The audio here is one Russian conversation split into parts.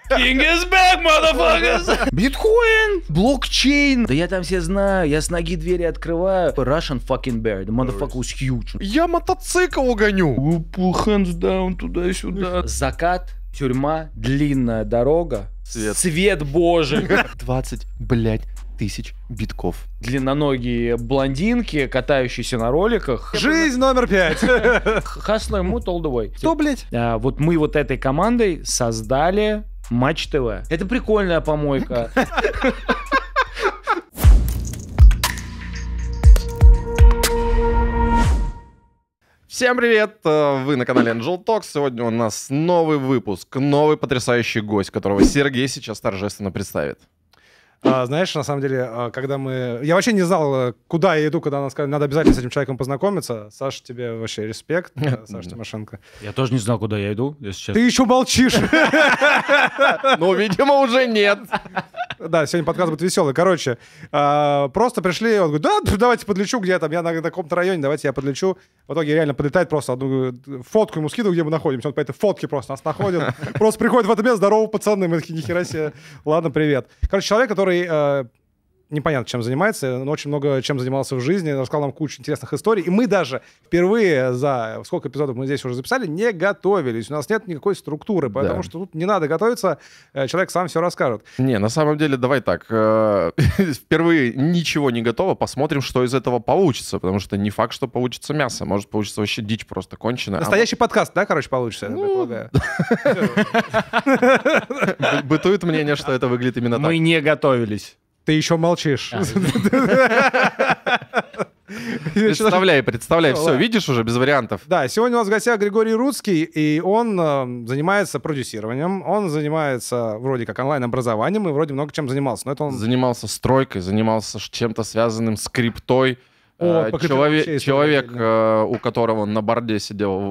King is back, motherfuckers! Биткоин, блокчейн. Да я там все знаю, я с ноги двери открываю. Russian fucking bear, the motherfucker was huge. Я мотоцикл угоню. Hands down, туда-сюда. Закат, тюрьма, длинная дорога. Свет божий. 20, блядь, тысяч битков. Длинноногие блондинки, катающиеся на роликах. Жизнь номер 5. Hustler mood all the way. Что, блядь? Вот мы вот этой командой создали Матч ТВ. Это прикольная помойка. Всем привет! Вы на канале Angel Talks. Сегодня у нас новый выпуск, новый потрясающий гость, которого Сергей сейчас торжественно представит. Знаешь, на самом деле, когда мы... Я вообще не знал, куда я иду, когда надо обязательно с этим человеком познакомиться. Саша, тебе вообще респект, Саша Тимошенко. Я тоже не знал, куда я иду, если честно. Ты еще молчишь! Ну, видимо, уже нет. Да, сегодня подкаст будет веселый. Короче, просто пришли, он говорит, да, давайте подлечу, где там, я на каком-то районе, давайте я подлечу. В итоге реально подлетает просто одну фотку ему скидываю, где мы находимся. Он по этой фотке просто нас находит. Просто приходит в это место, здорово, пацаны, мы такие, нихера себе. Ладно, привет. Короче, человек, который непонятно, чем занимается, но очень много чем занимался в жизни, рассказал нам кучу интересных историй. И мы даже впервые за сколько эпизодов мы здесь уже записали, не готовились. У нас нет никакой структуры, поэтому что тут не надо готовиться, человек сам все расскажет. Не, на самом деле, давай так. Впервые ничего не готово, посмотрим, что из этого получится, потому что не факт, что получится мясо. Может, получится вообще дичь просто конченая. Настоящий подкаст, да, короче, получится, я предполагаю? Бытует мнение, что это выглядит именно так. Мы не готовились. Ты еще молчишь. Представляй, все, видишь уже, без вариантов. Да, сегодня у нас в гостях Григорий Руцкий, и он занимается продюсированием, он занимается вроде как онлайн-образованием и вроде много чем занимался. Но это он... Занимался стройкой, занимался чем-то связанным с криптой. Человек, у которого на борде сидел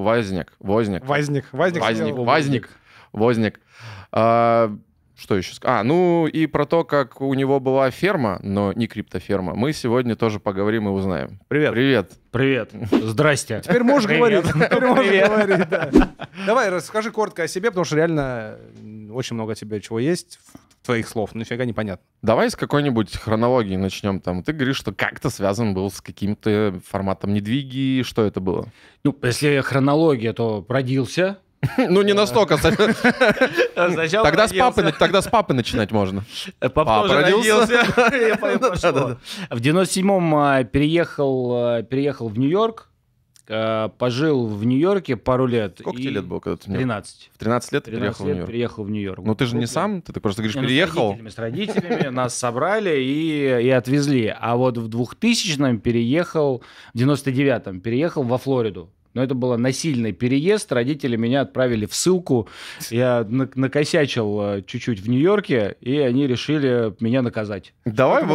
Возник. Что еще сказать? Ну и про то, как у него была ферма, но не криптоферма, мы сегодня тоже поговорим и узнаем. Привет. Привет. Здрасте. Теперь можешь говорить. Давай, расскажи коротко о себе, потому что реально очень много тебе чего есть, твоих слов, но нифига непонятно. Давай с какой-нибудь хронологии начнем. Там ты говоришь, что как-то связан был с каким-то форматом недвиги. Что это было? Ну, если хронология, то родился. Ну, не настолько. Тогда с папы начинать можно. Папа родился. В 97-м переехал в Нью-Йорк, пожил в Нью-Йорке пару лет. Сколько тебе лет было, когда ты... 13. В 13 лет переехал в Нью-Йорк. Ну, ты же не сам, ты просто говоришь, переехал. С родителями нас собрали и отвезли. А вот в 2000-м переехал, в 99-м переехал во Флориду. Но это был насильный переезд. Родители меня отправили в ссылку. Я накосячил чуть-чуть в Нью-Йорке, и они решили меня наказать. Давай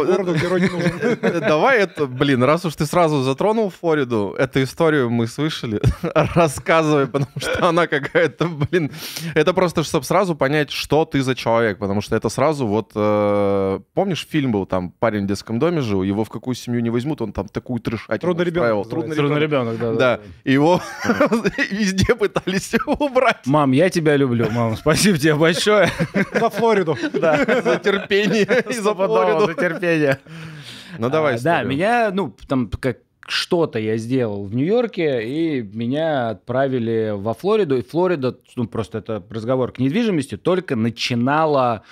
это, раз уж ты сразу затронул Флориду, эту историю мы слышали. Рассказывай, потому что она какая-то, это просто, чтобы сразу понять, что ты за человек. Потому что это сразу помнишь, фильм был, там парень в детском доме жил, его в какую семью не возьмут, он там такую трешатину устраивал. Трудный ребенок, да. Его везде пытались убрать. Мам, я тебя люблю, мам. Спасибо тебе большое. За Флориду. Да, за терпение и за Флориду. За терпение. Ну, давай. Да, меня, там, как что-то я сделал в Нью-Йорке, и меня отправили во Флориду. И Флорида, просто это разговор к недвижимости, только начинала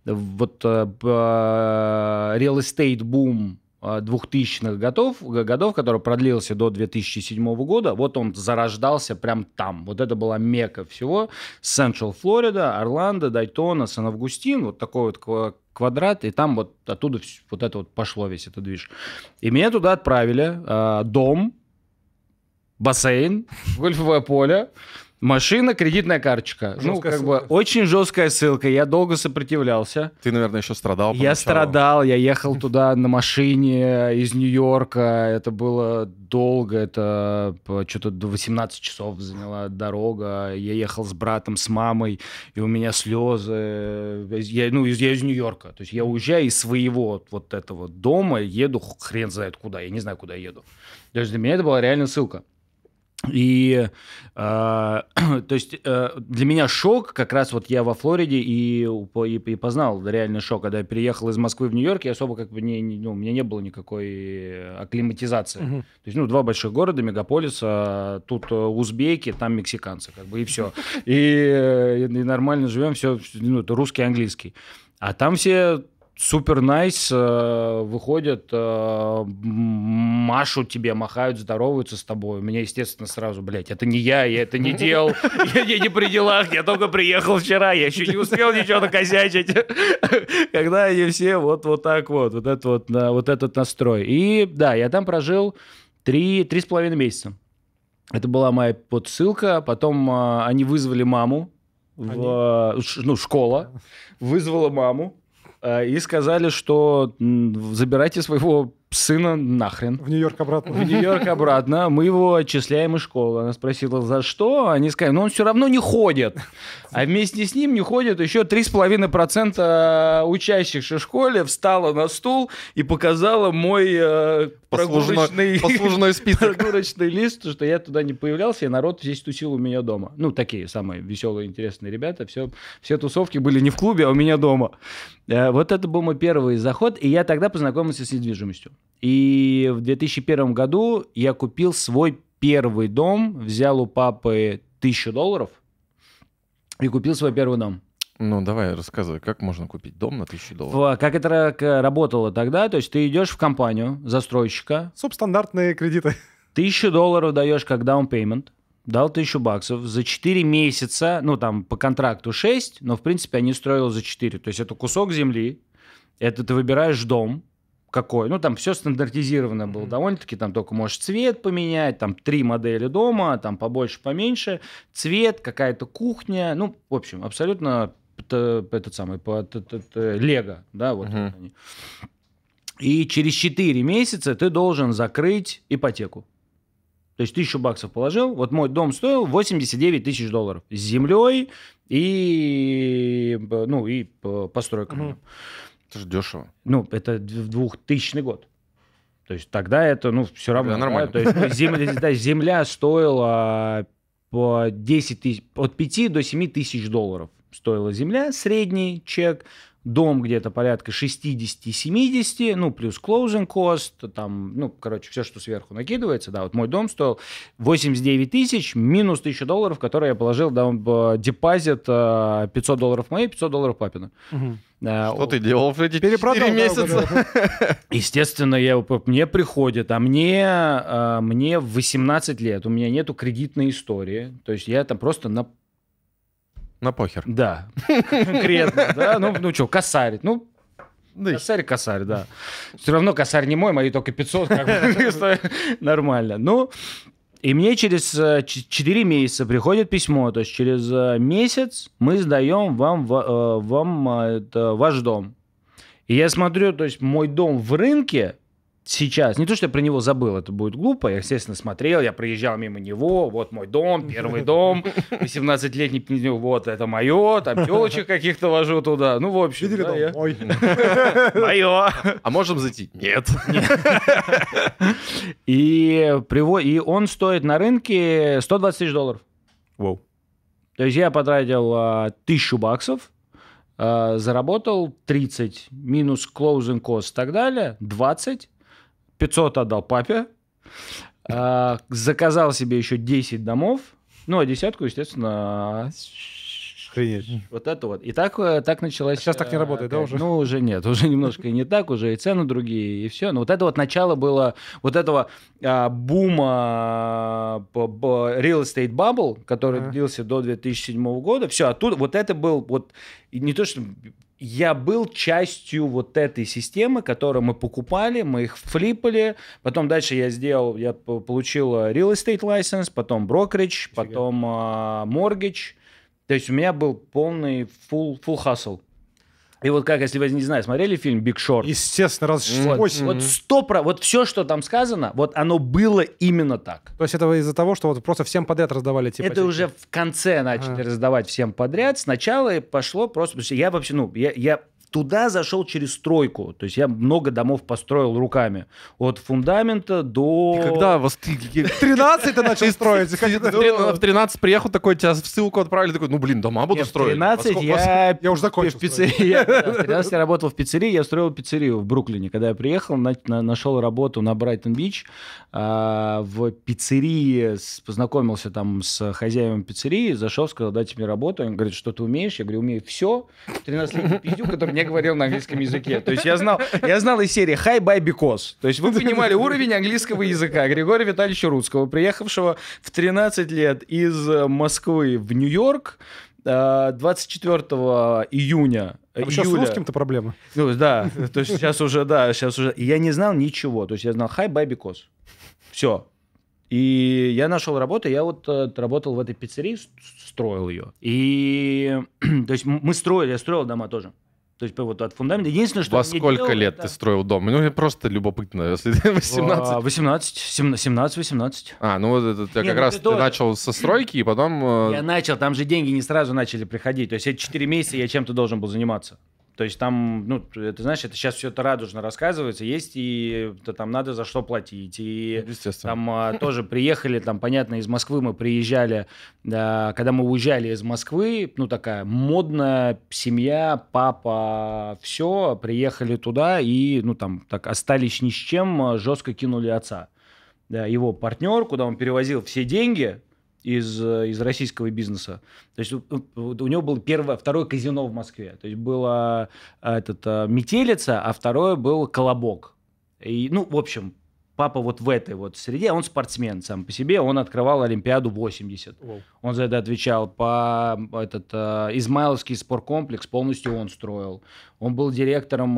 real estate boom 2000-х годов, который продлился до 2007 года, вот он зарождался прям там. Вот это была мекка всего. Централ Флорида, Орландо, Дайтона, Сан-Августин, вот такой вот квадрат, и там вот оттуда вот это вот пошло весь этот движ. И меня туда отправили. Дом, бассейн, гольфовое поле, машина, кредитная карточка. Очень жесткая ссылка. Я долго сопротивлялся. Ты, наверное, еще страдал. Я страдал. Я ехал туда на машине из Нью-Йорка. Это было долго. Это что-то до 18 часов заняла дорога. Я ехал с братом, с мамой, и у меня слезы. Я из Нью-Йорка. То есть я уезжаю из своего вот этого дома, еду хрен знает куда. Я не знаю, куда еду. То есть для меня это была реально ссылка. И, то есть, для меня шок, как раз вот я во Флориде и познал реальный шок, когда я переехал из Москвы в Нью-Йорк, я особо как бы у меня не было никакой акклиматизации. То есть, 2 больших города, мегаполиса, тут узбеки, там мексиканцы, как бы, и все. И нормально живем, все, это русский, английский. А там все... Супер найс, выходят, машут тебе, махают, здороваются с тобой. У меня, естественно, сразу, блядь, это не я это не делал, я не при делах, я только приехал вчера, я еще не успел ничего накосячить. Когда они все вот так вот этот настрой. И да, я там прожил 3,5 месяца. Это была моя ссылка, потом они вызвали маму, школа вызвала маму, и сказали, что забирайте своего сына нахрен. В Нью-Йорк обратно. В Нью-Йорк обратно. Мы его отчисляем из школы. Она спросила, за что? Они сказали, он все равно не ходит. А вместе с ним не ходит еще 3,5% учащихся в школе. Встала на стул и показала мой послужной список. прогулочный лист, что я туда не появлялся, и народ весь тусил у меня дома. Такие самые веселые, интересные ребята. Все тусовки были не в клубе, а у меня дома. Вот это был мой первый заход, и я тогда познакомился с недвижимостью. И в 2001 году я купил свой первый дом, взял у папы $1000 и купил свой первый дом. Давай, рассказывай, как можно купить дом на $1000? Как это работало тогда? То есть ты идешь в компанию застройщика. Субстандартные кредиты. $1000 даешь как down payment. Дал $1000 за 4 месяца, там по контракту 6, но в принципе они строили за 4. То есть это кусок земли, это ты выбираешь дом, какой. Там все стандартизировано было довольно-таки, там только можешь цвет поменять, там 3 модели дома, там побольше, поменьше, цвет, какая-то кухня, в общем, абсолютно Лего, да, вот они. И через 4 месяца ты должен закрыть ипотеку. То есть $1000 положил, вот мой дом стоил $89 тысяч с землей и постройками. Это же дешево. Это 2000 год. То есть тогда это, все равно. Нормально. Да? То есть земля стоила от 5 до 7 тысяч долларов. Стоила земля, средний чек. Дом где-то порядка 60-70, плюс closing cost, там, все, что сверху накидывается, да, вот мой дом стоил 89 тысяч, минус $1000, которые я положил, да, в депозит, $500 мои, $500 папина. Что ты делал в эти 4 месяца? Естественно, мне приходит, а мне 18 лет, у меня нету кредитной истории, то есть я там просто на похер. Да, конкретно, да, косарь, косарь, да. Все равно косарь не мой, мои только 500, как бы, нормально. И мне через 4 месяца приходит письмо, то есть через месяц мы сдаем вам ваш дом. И я смотрю, то есть мой дом в рынке сейчас, не то, что я про него забыл, это будет глупо, я, естественно, смотрел, я проезжал мимо него, вот мой дом, первый дом, 18-летний, вот это мое, там телочек каких-то вожу туда, в общем. Видели дом? Ой. Мое. А можем зайти? Нет. И он стоит на рынке $120 тысяч. Воу. То есть я потратил $1000, заработал 30, минус closing cost и так далее, 20, 500 отдал папе, заказал себе еще 10 домов, а 10-ку, естественно, Охренеть. вот это вот. И так началось. Сейчас так не работает, да, уже? Уже нет, уже немножко не так, уже и цены другие, и все. Но вот это вот начало было вот этого бума real estate bubble, который длился до 2007 года. Все, оттуда вот это был вот не то, что я был частью вот этой системы, которую мы покупали, мы их флипали, потом дальше я получил real estate license, потом brokerage, потом mortgage. То есть у меня был полный full hustle. И вот как, если вы, не знаю, смотрели фильм «Big Short»? Естественно, раз 8. Вот все, что там сказано, вот оно было именно так. То есть это из-за того, что вот просто всем подряд раздавали типа. Это уже в конце начали раздавать всем подряд. Сначала пошло просто... Потому что я вообще, я туда зашел через стройку. То есть я много домов построил руками. От фундамента до... Когда В 13 ты начал строить. в 13 приехал такой, тебя в ссылку отправили, такой, ну, блин, дома буду Нет, в строить. 13 я уже закончил. в пиццерии. В 13 я работал в пиццерии, я строил пиццерию в Бруклине. Когда я приехал, нашел работу на Брайтон-Бич. В пиццерии познакомился там с хозяином пиццерии, зашел, сказал, дайте мне работу. Он говорит, что ты умеешь? Я говорю, умею все. 13-летний пиздюк, который не говорил на английском языке. То есть я знал из серии «Hi, bye, because». То есть вы понимали уровень английского языка Григория Витальевича Рудского, приехавшего в 13 лет из Москвы в Нью-Йорк 24 июня. Вообще с русским-то проблема. Ну, да, то есть сейчас уже. И я не знал ничего. То есть я знал «Hi, bye, because». Все. И я нашел работу, я вот работал в этой пиццерии, строил ее. И, то есть мы строили, я строил дома тоже. То есть вот от фундамента. Единственное, что Во сколько лет ты строил дом? Ну, мне просто любопытно, если 18. 17-18. Ну вот это Не, как ну раз ты ты тоже. начал со стройки, и потом... Я начал, там же деньги не сразу начали приходить. То есть эти 4 месяца я чем-то должен был заниматься. То есть там, ну, ты знаешь, это сейчас все это радужно рассказывается, есть и там надо за что платить. И там тоже приехали, там, понятно, из Москвы мы приезжали, когда мы уезжали из Москвы, ну, такая модная семья, папа, все, приехали туда и, ну, там, так остались ни с чем, жестко кинули отца. Его партнер, куда он перевозил все деньги из российского бизнеса. То есть у него было второе казино в Москве. То есть было Метелица, а второе был Колобок. И, ну, в общем, папа вот в этой вот среде, он спортсмен сам по себе, он открывал Олимпиаду 80. Wow. Он за это отвечал. Измайловский спорткомплекс полностью он строил. Он был директором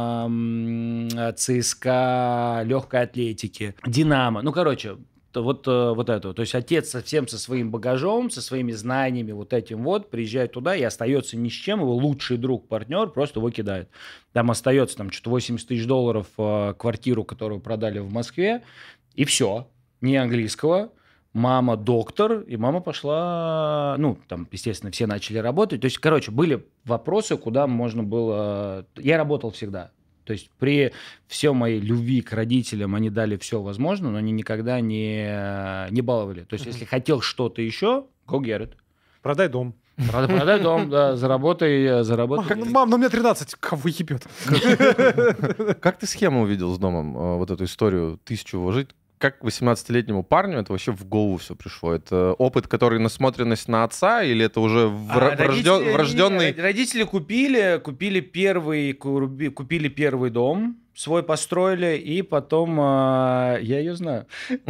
ЦСКА, легкой атлетики, Динамо. Ну, короче, вот это. То есть отец совсем со своим багажом, со своими знаниями, вот этим вот, приезжает туда и остается ни с чем, его лучший друг, партнер просто его кидает. Там остается там что-то $80 тысяч квартиру, которую продали в Москве, и все. Ни английского. Мама доктор, и мама пошла, ну, там, естественно, все начали работать. То есть, короче, были вопросы, куда можно было... Я работал всегда. То есть при всей моей любви к родителям они дали все возможное, но они никогда не баловали. То есть если хотел что-то еще, go get it. Продай дом. Продай дом, да, заработай. Мам, ну у меня 13, кого ебет. Как ты схему увидел с домом, вот эту историю, 1000 вложить? Как 18-летнему парню это вообще в голову все пришло? Это опыт, который насмотренность на отца, или это уже врожденный? Родители купили первый дом, свой построили, и потом... я ее знаю.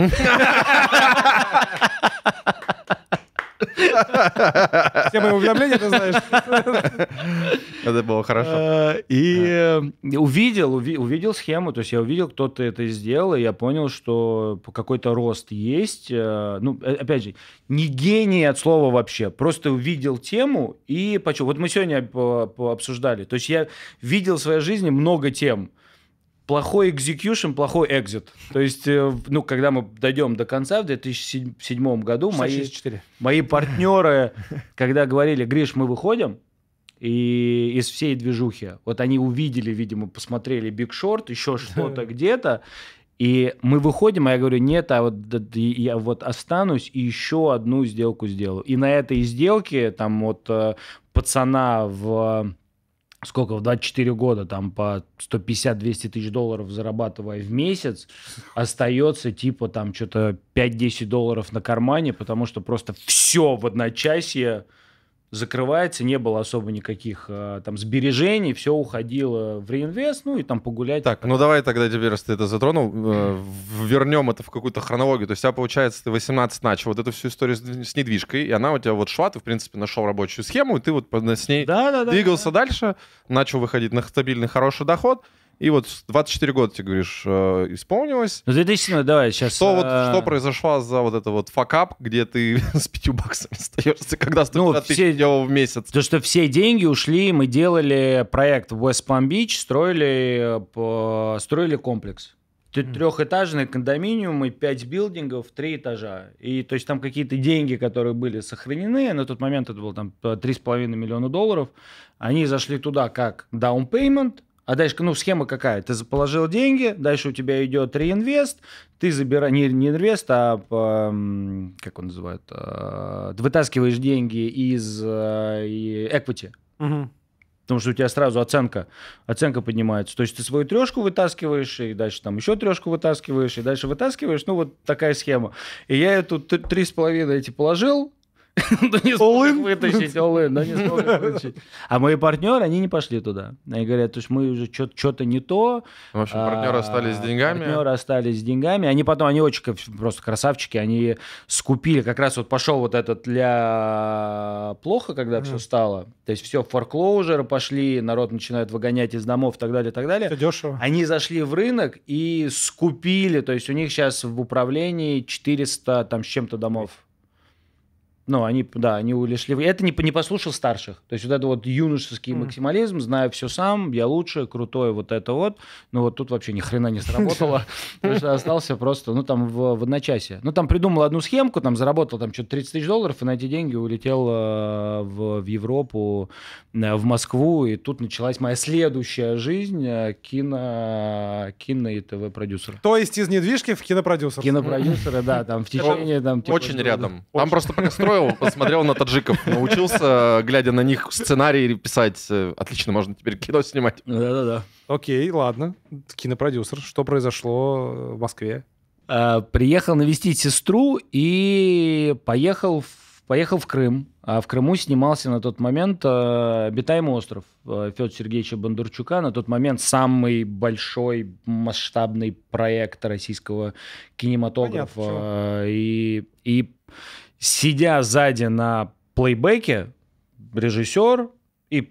Все мои уведомления, ты знаешь. Это было хорошо. И увидел схему, то есть я увидел, кто-то это сделал, и я понял, что какой-то рост есть. Ну, опять же, не гений от слова вообще, просто увидел тему и почему. Вот мы сегодня обсуждали, то есть я видел в своей жизни много тем. Плохой экзекьюшн, плохой экзит. То есть, ну, когда мы дойдем до конца, в 2007 году мои партнеры, когда говорили, Гриш, мы выходим, и из всей движухи, вот они увидели, видимо, посмотрели Big Short, еще что-то где-то, и мы выходим, а я говорю, нет, а вот я вот останусь и еще одну сделку сделаю. И на этой сделке там вот пацана в 24 года, там по 150-200 тысяч долларов зарабатывая в месяц, остается типа там что-то $5-10 на кармане, потому что просто все в одночасье закрывается, не было особо никаких там сбережений, все уходило в реинвест, ну и там погулять. Так, ну давай тогда теперь, раз ты это затронул, вернем это в какую-то хронологию. То есть у тебя, получается, ты 18 начал вот эту всю историю с недвижкой, и она у тебя вот шла, ты, в принципе, нашел рабочую схему, и ты вот с ней двигался дальше, начал выходить на стабильный, хороший доход, и вот 24 года, ты говоришь, исполнилось. Ну, 2007, давай, сейчас... Что произошло за вот это вот факап, где ты с $5 остаешься, когда 150 тысяч делал в месяц? То, что все деньги ушли, мы делали проект в West Palm Beach, строили комплекс. трехэтажные кондоминиумы, 5 билдингов, 3 этажа. И то есть там какие-то деньги, которые были сохранены, на тот момент это было там $3,5 миллиона, они зашли туда как down payment, а дальше, схема какая? Ты положил деньги, дальше у тебя идет реинвест, ты забираешь, не инвест, а, как он называет, вытаскиваешь деньги из equity. Потому что у тебя сразу оценка поднимается. То есть ты свою 3 вытаскиваешь, и дальше там еще 3 вытаскиваешь, и дальше вытаскиваешь. Вот такая схема. И я эту 3,5 эти положил, но не смог их вытащить, вытащить. А мои партнеры, они не пошли туда. Они говорят, то есть мы уже что-то не то. В общем, партнеры остались с деньгами. Партнеры остались с деньгами. Они очень просто красавчики, они скупили. Как раз вот пошел вот этот плохо, когда все стало. То есть все, foreclosure пошли, народ начинает выгонять из домов и так далее, и так далее. Все дешево. Они зашли в рынок и скупили. То есть у них сейчас в управлении 400 там с чем-то домов. Они ушли. Это не послушал старших. То есть вот это вот юношеский максимализм, знаю все сам, я лучше, крутой, вот это вот. Но вот тут вообще ни хрена не сработало. Потому что остался просто, в одночасье. Там придумал одну схемку, заработал что-то $30 тысяч, и на эти деньги улетел в Европу, в Москву. И тут началась моя следующая жизнь кино и ТВ-продюсера. То есть из недвижки в кинопродюсер. Кинопродюсера, да, в течение... Очень рядом. Там просто пока строил, посмотрел на таджиков, научился, глядя на них, сценарий писать. Отлично, можно теперь кино снимать. Да. Окей, ладно. Кинопродюсер. Что произошло в Москве? Приехал навестить сестру и поехал в Крым. А в Крыму снимался на тот момент «Обитаемый остров» Федора Сергеевича Бондарчука. На тот момент самый большой масштабный проект российского кинематографа. Понятно, и сидя сзади на плейбеке, режиссер и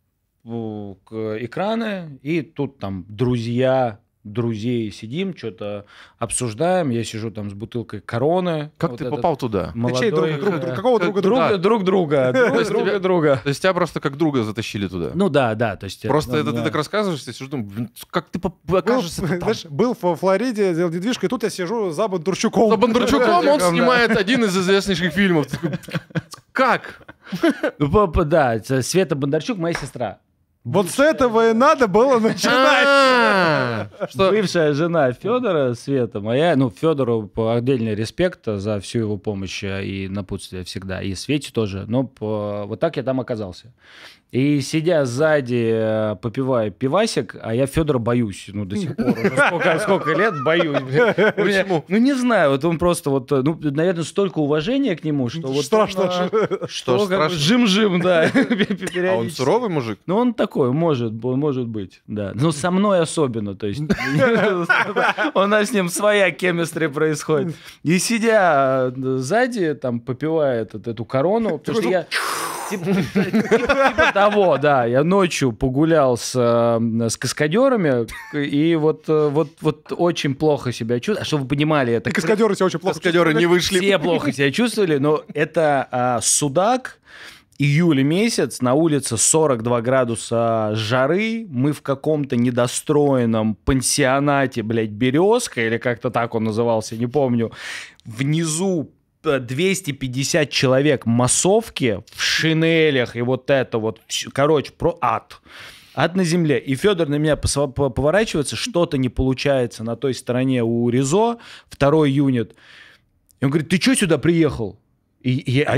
экраны, и тут друзей сидим, что-то обсуждаем. Я сижу с бутылкой Короны. Как ты попал туда? Молодой, какого друга? Друга. То есть тебя просто как друга затащили туда? Да. То есть, просто это ты так рассказываешь, я сижу, думаю, как ты окажешься там? Знаешь, был в Флориде, делал недвижку, и тут я сижу за Бондарчуком. За Бондарчуком он снимает один из известнейших фильмов. Как? Да, Света Бондарчук, моя сестра. Вот с этого и надо было начинать. Бывшая жена Федора, Света, моя, Федору отдельный респект за всю его помощь и напутствие всегда, и Свете тоже, но вот так я там оказался. И сидя сзади, попивая пивасик, а я Федора боюсь, до сих пор, уже сколько лет боюсь. Почему? Не знаю, вот он просто наверное, столько уважения к нему, что вот страшно. что жим-жим, да. А он суровый мужик? Он такой, может быть, да. Но со мной особенно, то есть у нас с ним своя хемистрия происходит. И сидя сзади, попивая эту корону, потому что я... Типа того, да. Я ночью погулял с каскадерами, и вот очень плохо себя чувствую. А чтобы вы понимали, это... Каскадеры себя очень плохо Каскадеры не вышли. Все плохо себя чувствовали, но это Судак, июль месяц, на улице 42 градуса жары, мы в каком-то недостроенном пансионате, «Березка», или как-то так он назывался, не помню, внизу 250 человек массовки в шинелях, и вот это вот, короче, ад. Ад на земле. И Федор на меня поворачивается, что-то не получается на той стороне у Ризо, 2-й юнит. И он говорит, ты что сюда приехал? Я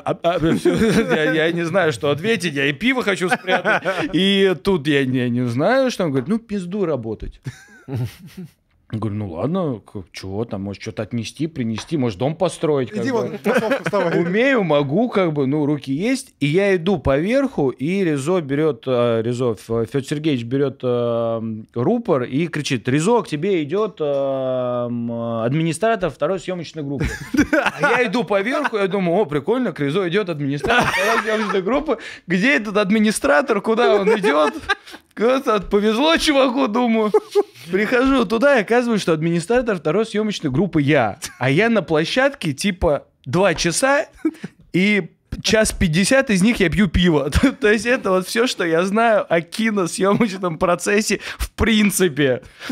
не знаю, что ответить, я и пиво хочу спрятать. И тут я не знаю, что он говорит, пизду работать. Я говорю, ладно, чего там, может, что-то отнести, принести, может, дом построить. Иди вон, массовку вставай. Умею, могу, руки есть. И я иду поверху, и Федор Сергеевич берет рупор и кричит, Резо, к тебе идет администратор 2-й съемочной группы. А я иду поверху, я думаю, прикольно, к Резо идет администратор 2-й съемочной группы. Где этот администратор, куда он идет? Повезло чуваку, думаю. Прихожу туда, и оказывается, что администратор 2-й съемочной группы я. А я на площадке 2 часа, и 1:50 из них я пью пиво. То есть это вот все, что я знаю о киносъемочном процессе в принципе.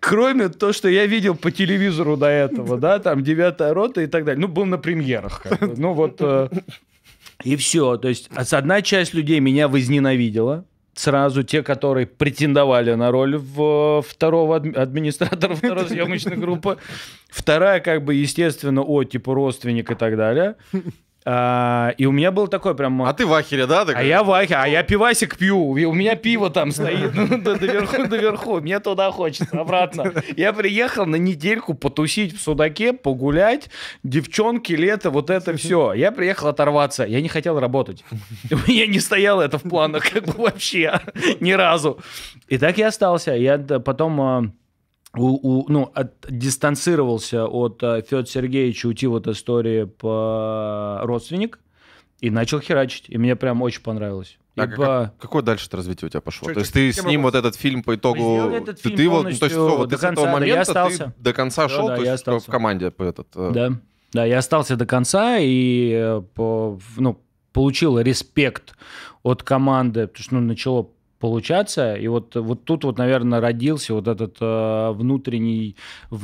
Кроме того, что я видел по телевизору до этого, да, там 9-я рота и так далее. Ну, был на премьерах. Как бы. Ну, вот... И все. То есть одна часть людей меня возненавидела. Сразу те, которые претендовали на роль второго администратора второй съемочной группы. Вторая, как бы, естественно, типа родственник и так далее. И у меня был такой прям... А ты в ахере, да? А я в ахере, а я пивасик пью. И у меня пиво там стоит доверху. Мне туда хочется, обратно. Я приехал на недельку потусить в Судаке, погулять, девчонки, лето, вот это все. Я приехал оторваться. Я не хотел работать. У меня не стояло это в планах как бы вообще ни разу. И так я остался. Я потом... дистанцировался от Федора Сергеевича «Уйти в эту историю» по родственник и начал херачить. И мне прям очень понравилось. Какое дальше-то развитие у тебя пошло? То есть ты с ним вот этот фильм по итогу... Ты вот, то есть все, вот с этого момента ты до конца шел, то есть в команде по этот... Да, я остался до конца и получил респект от команды, потому что начало получаться, и вот тут вот, наверное, родился вот этот внутренний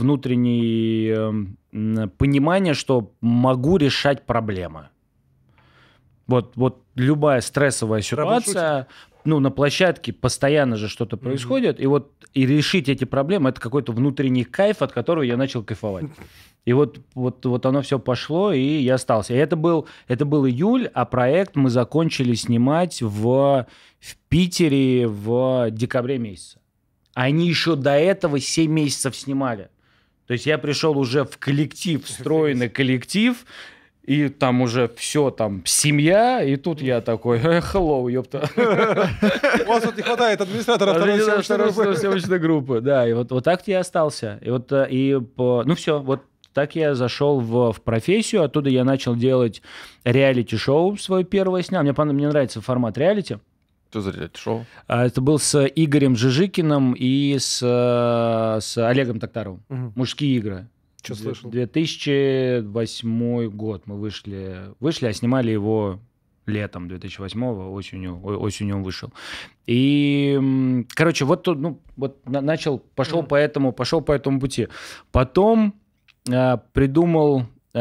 понимание, что могу решать проблемы. Вот любая стрессовая ситуация, на площадке постоянно же что-то происходит, и решить эти проблемы — это какой-то внутренний кайф, от которого я начал кайфовать. И вот оно все пошло, и я остался. И это был июль, а проект мы закончили снимать в Питере в декабре месяце. Они еще до этого 7 месяцев снимали. То есть я пришел уже в коллектив, встроенный коллектив, и там уже все, там, семья, и тут я такой, hello, ёпта. У вас тут не хватает администратора второй съемочной группы. Да, и вот так я остался. Все, вот так я зашел в профессию, оттуда я начал делать реалити-шоу свое первое снял. Мне нравится формат реалити. Что за реалити-шоу? Это был с Игорем Жижикиным и с Олегом Токтаровым. «Мужские игры». Что слышал? 2008 год мы вышли, а снимали его летом 2008-го, осенью он вышел. И, короче, пошел по этому пути. Потом придумал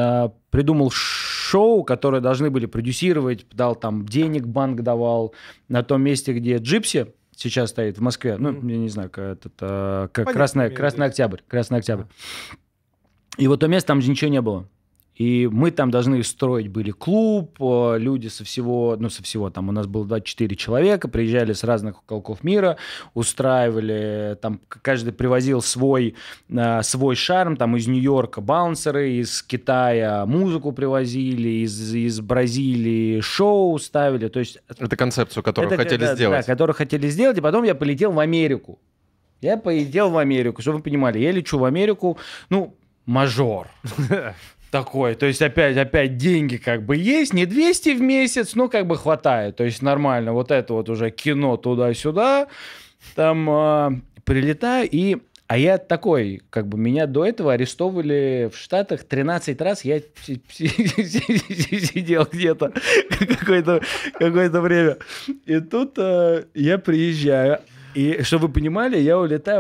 шоу, которое должны были продюсировать, дал там денег, банк давал, на том месте, где Джипси сейчас стоит в Москве. Я не знаю, как Красный Октябрь. И вот то место, там же ничего не было. И мы там должны строить были клуб, люди со всего, там у нас было 24 человека, приезжали с разных уголков мира, устраивали, там каждый привозил свой шарм, там из Нью-Йорка баунсеры, из Китая музыку привозили, из Бразилии шоу ставили. То есть, это концепцию, которую хотели сделать. Да, которую хотели сделать, и потом я полетел в Америку. Чтобы вы понимали, я лечу в Америку, мажор. Такой, то есть опять деньги как бы есть, не 200 в месяц, но как бы хватает, то есть нормально, вот это вот уже кино туда-сюда, там прилетаю, а я такой, как бы меня до этого арестовывали в Штатах 13 раз, я сидел где-то какое-то время, и тут я приезжаю, и чтобы вы понимали, я улетаю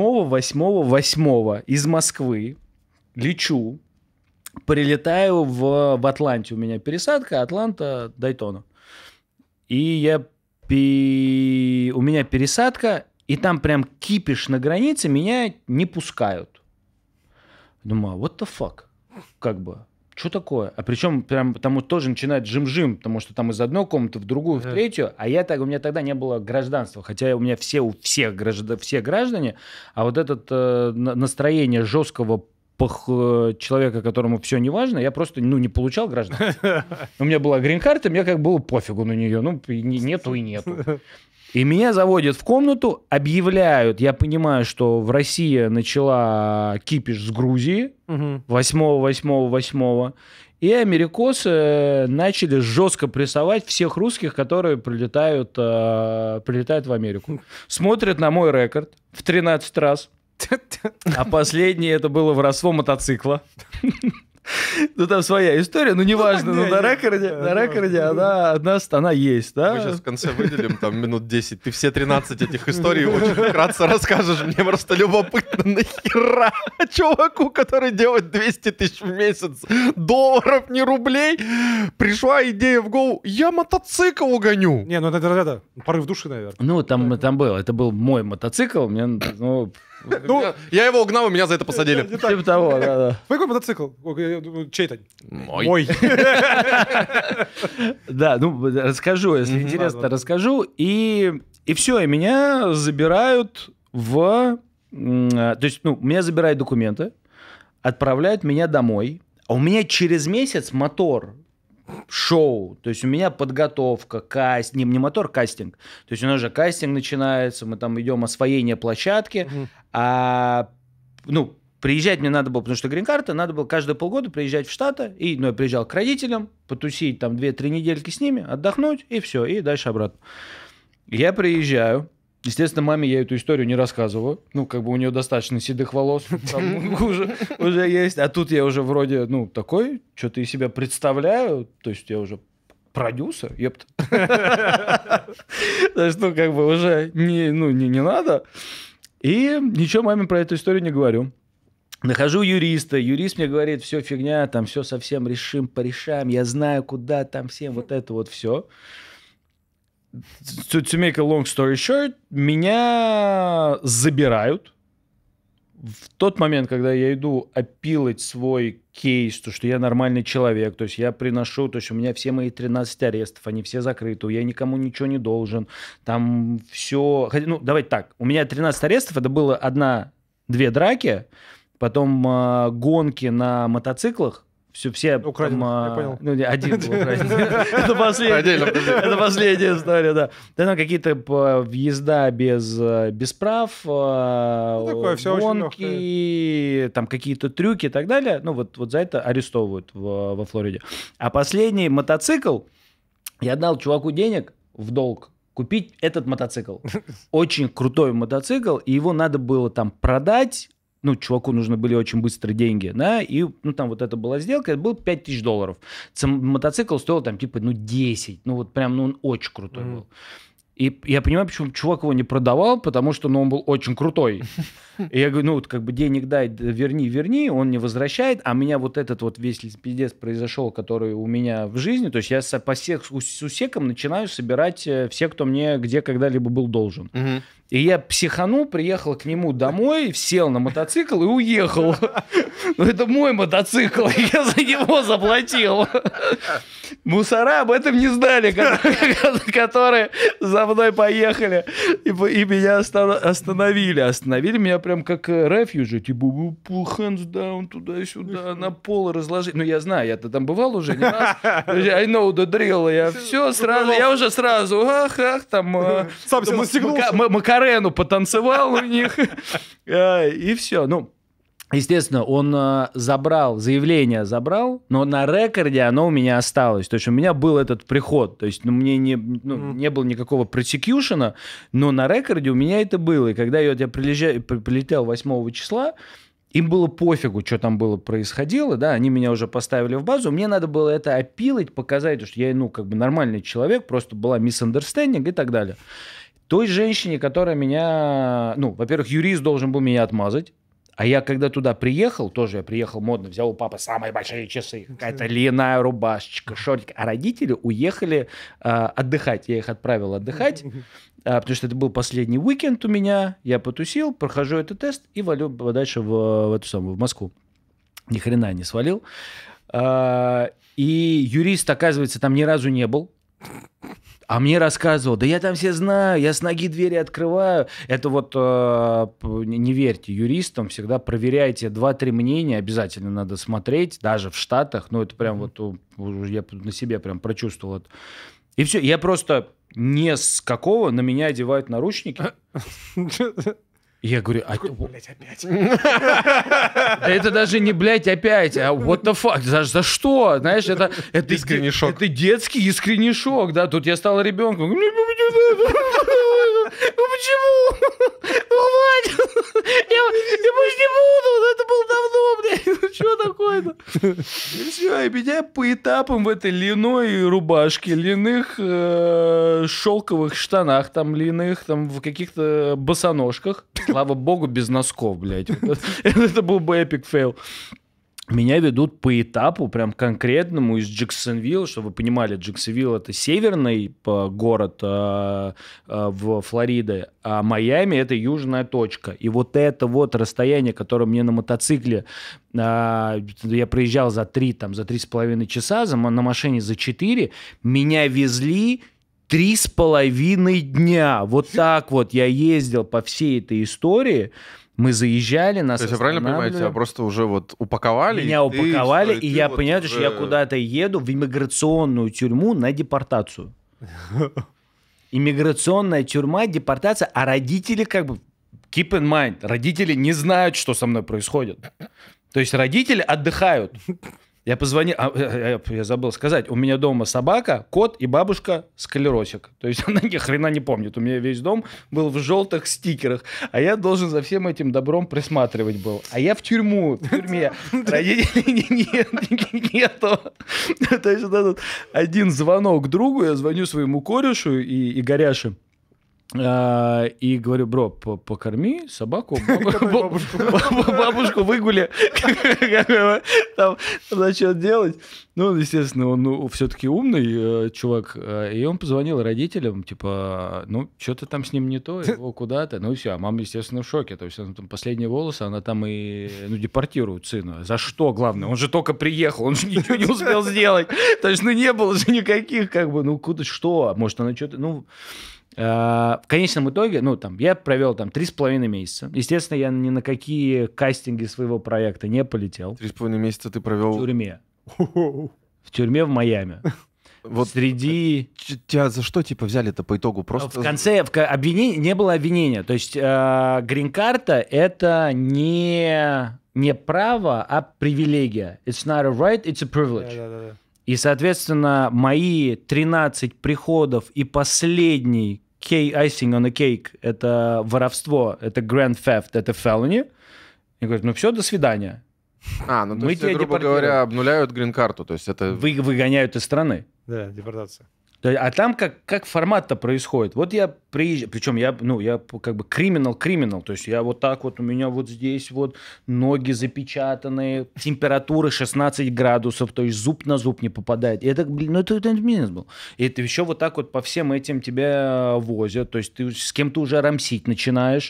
8 из Москвы, лечу, прилетаю в Атланте, у меня пересадка, Атланта, Дайтона. И у меня пересадка, и там прям кипиш на границе, меня не пускают. Думаю, what the fuck? Как бы, что такое? А причем прям там тоже начинает жим-жим, потому что там из одной комнаты в другую, в третью, у меня тогда не было гражданства, хотя у меня все граждане, а вот это настроение жесткого человека, которому все не важно, я просто не получал гражданство. У меня была грин-карта, мне как было пофигу на нее. Нету и нету. И меня заводят в комнату, объявляют, я понимаю, что в России начала кипиш с Грузии 8-8-8, и америкосы начали жестко прессовать всех русских, которые прилетают в Америку. Смотрят на мой рекорд в 13 раз. А последнее это было воровство мотоцикла. Ну, там своя история, но неважно, но на рекорде она есть, да? Мы сейчас в конце выделим там минут 10. Ты все 13 этих историй очень вкратце расскажешь. Мне просто любопытно, нахера чуваку, который делает 200 тысяч в месяц, долларов, не рублей, пришла идея в голову, я мотоцикл угоню. Не, ну это порыв души, наверное. Ну, там был, это был мой мотоцикл, мне, ну... Я его угнал, и меня за это посадили. Типа того, да. Какой мотоцикл? Чей-то? Мой. Да, ну, расскажу, если интересно, расскажу. И все, и меня забирают то есть, ну, меня забирают документы, отправляют меня домой, а у меня через месяц мотор... шоу, то есть у меня подготовка, не мотор, кастинг. То есть у нас же кастинг начинается, мы там идем освоение площадки, приезжать мне надо было, потому что грин-карта, надо было каждые полгода приезжать в Штаты, я приезжал к родителям, потусить там 2-3 недельки с ними, отдохнуть, и все, и дальше обратно. Я приезжаю, естественно, маме я эту историю не рассказываю. Ну, как бы у нее достаточно седых волос там уже есть. А тут я уже вроде, такой, что-то из себя представляю. То есть я уже продюсер, ёпта. То есть, как бы уже не надо. И ничего маме про эту историю не говорю. Нахожу юриста. Юрист мне говорит, все фигня, там все совсем порешаем. Я знаю, куда там всем вот это вот все. To make a long story short, меня забирают в тот момент, когда я иду опилать свой кейс, то, что я нормальный человек, то есть я приношу, то есть у меня все мои 13 арестов, они все закрыты, я никому ничего не должен, там все... давайте так, у меня 13 арестов, это было 1-2 драки, потом гонки на мотоциклах, все украден, я понял. Один был украден. Это последняя история, да. Там какие-то въезда без прав, гонки, там какие-то трюки и так далее. Ну, вот за это арестовывают во Флориде. А последний мотоцикл, я дал чуваку денег в долг купить этот мотоцикл. Очень крутой мотоцикл, и его надо было там продать. Чуваку нужны были очень быстрые деньги, да, и, там вот это была сделка, это было $5000. Мотоцикл стоил там, 10, он очень крутой был. И я понимаю, почему чувак его не продавал, потому что, он был очень крутой. И я говорю, денег дай, верни, он не возвращает, а меня вот этот вот весь пиздец произошел, который у меня в жизни, то есть я по сусекам начинаю собирать всех, кто мне где когда-либо был должен. И я психанул, приехал к нему домой, сел на мотоцикл и уехал. Это мой мотоцикл, я за него заплатил. Мусора об этом не знали, которые за мной поехали и меня остановили. Остановили меня прям как рефьюджи, hands down, туда-сюда, на пол разложить. Я знаю, я-то там бывал уже не раз. I know the drill. Я все сразу, я уже сразу, там... Сам себе настегнулся. Макарену потанцевал у них, и все. Естественно, он заявление забрал, но на рекорде оно у меня осталось. То есть у меня был этот приход. То есть мне не было никакого просекьюшена, но на рекорде у меня это было. И когда я прилетел 8 числа, им было пофигу, что там было происходило, да, они меня уже поставили в базу, мне надо было это опилить, показать, что я, нормальный человек, просто была misunderstanding и так далее. Той женщине, которая меня... во-первых, юрист должен был меня отмазать. А я, когда туда приехал, тоже я приехал модно, взял у папы самые большие часы, какая-то льняная рубашечка, шортик. А родители уехали отдыхать. Я их отправил отдыхать, потому что это был последний уикенд у меня. Я потусил, прохожу этот тест и валю дальше в Москву. Ни хрена не свалил. И юрист, оказывается, там ни разу не был. А мне рассказывал, да я там все знаю, я с ноги двери открываю. Это вот, не верьте юристам, всегда проверяйте 2-3 мнения, обязательно надо смотреть, даже в Штатах. Это прям я на себе прям прочувствовал это. И все, я просто не с какого на меня одевают наручники. Я говорю, блядь, опять. Да это даже не, блядь, опять, а what the fuck, за что? Знаешь, это искренний шок. Это детский искренний шок, да, тут я стал ребенком. Почему? Хватит! Я больше не буду, это было давно, блядь, что такое-то? И все, и меня по этапам в этой льняной рубашке, льняных шелковых штанах, там льняных, там в каких-то босоножках. Слава богу, без носков, блядь. Это был бы эпик фейл. Меня ведут по этапу, прям конкретному, из Джексонвилла, чтобы вы понимали, Джексонвилл — это северный город в Флориде, а Майами — это южная точка. И вот это вот расстояние, которое мне на мотоцикле, я проезжал за 3,5 часа, на машине за 4, меня везли 3,5 дня. Вот так вот я ездил по всей этой истории. Мы заезжали, нас То есть я правильно понимаю, тебя просто уже вот упаковали? Меня упаковали, и я понял, уже... что я куда-то еду в иммиграционную тюрьму на депортацию. Иммиграционная тюрьма, депортация, а родители как бы... Keep in mind, родители не знают, что со мной происходит. То есть родители отдыхают. Я позвонил, я забыл сказать, у меня дома собака, кот и бабушка склеросик. То есть она ни хрена не помнит. У меня весь дом был в желтых стикерах, а я должен за всем этим добром присматривать был. А я в тюрьме. Родителей нету. То есть вот этот один звонок другу, я звоню своему корешу и Горяше. И говорю: бро, покорми собаку, бабушку выгули. Там начал делать. Ну, естественно, он все-таки умный чувак. И он позвонил родителям, типа, ну, что-то там с ним не то, его куда-то. Ну и все, а мама, естественно, в шоке. То есть там последние волосы, она там и депортирует сына. За что, главное? Он же только приехал, он же ничего не успел сделать. То есть, ну, не было же никаких, как бы, ну, куда, что? Может, она что-то, ну... В конечном итоге, ну, там, я провел там 3,5 месяца. Естественно, я ни на какие кастинги своего проекта не полетел. 3,5 месяца ты провел... В тюрьме. В тюрьме в Майами. Вот среди... Тебя за что, типа, взяли-то по итогу? Просто... В конце обвинения не было обвинения. То есть грин-карта — это не право, а привилегия. It's not a right, it's a privilege. Да. И, соответственно, мои 13 приходов и последний icing on the cake — это воровство, это grand theft, это felony. И говорят: ну все, до свидания. Ну то есть, грубо говоря, обнуляют грин-карту, то есть это... Выгоняют из страны. Да, депортация. А там как формат-то происходит? Вот я приезжаю, причем я как бы криминал, то есть я вот так вот, у меня вот здесь вот ноги запечатанные, температура 16 градусов, то есть зуб на зуб не попадает. И это, блин, ну это бизнес был. И это еще вот так вот по всем этим тебя возят, то есть ты с кем-то уже рамсить начинаешь.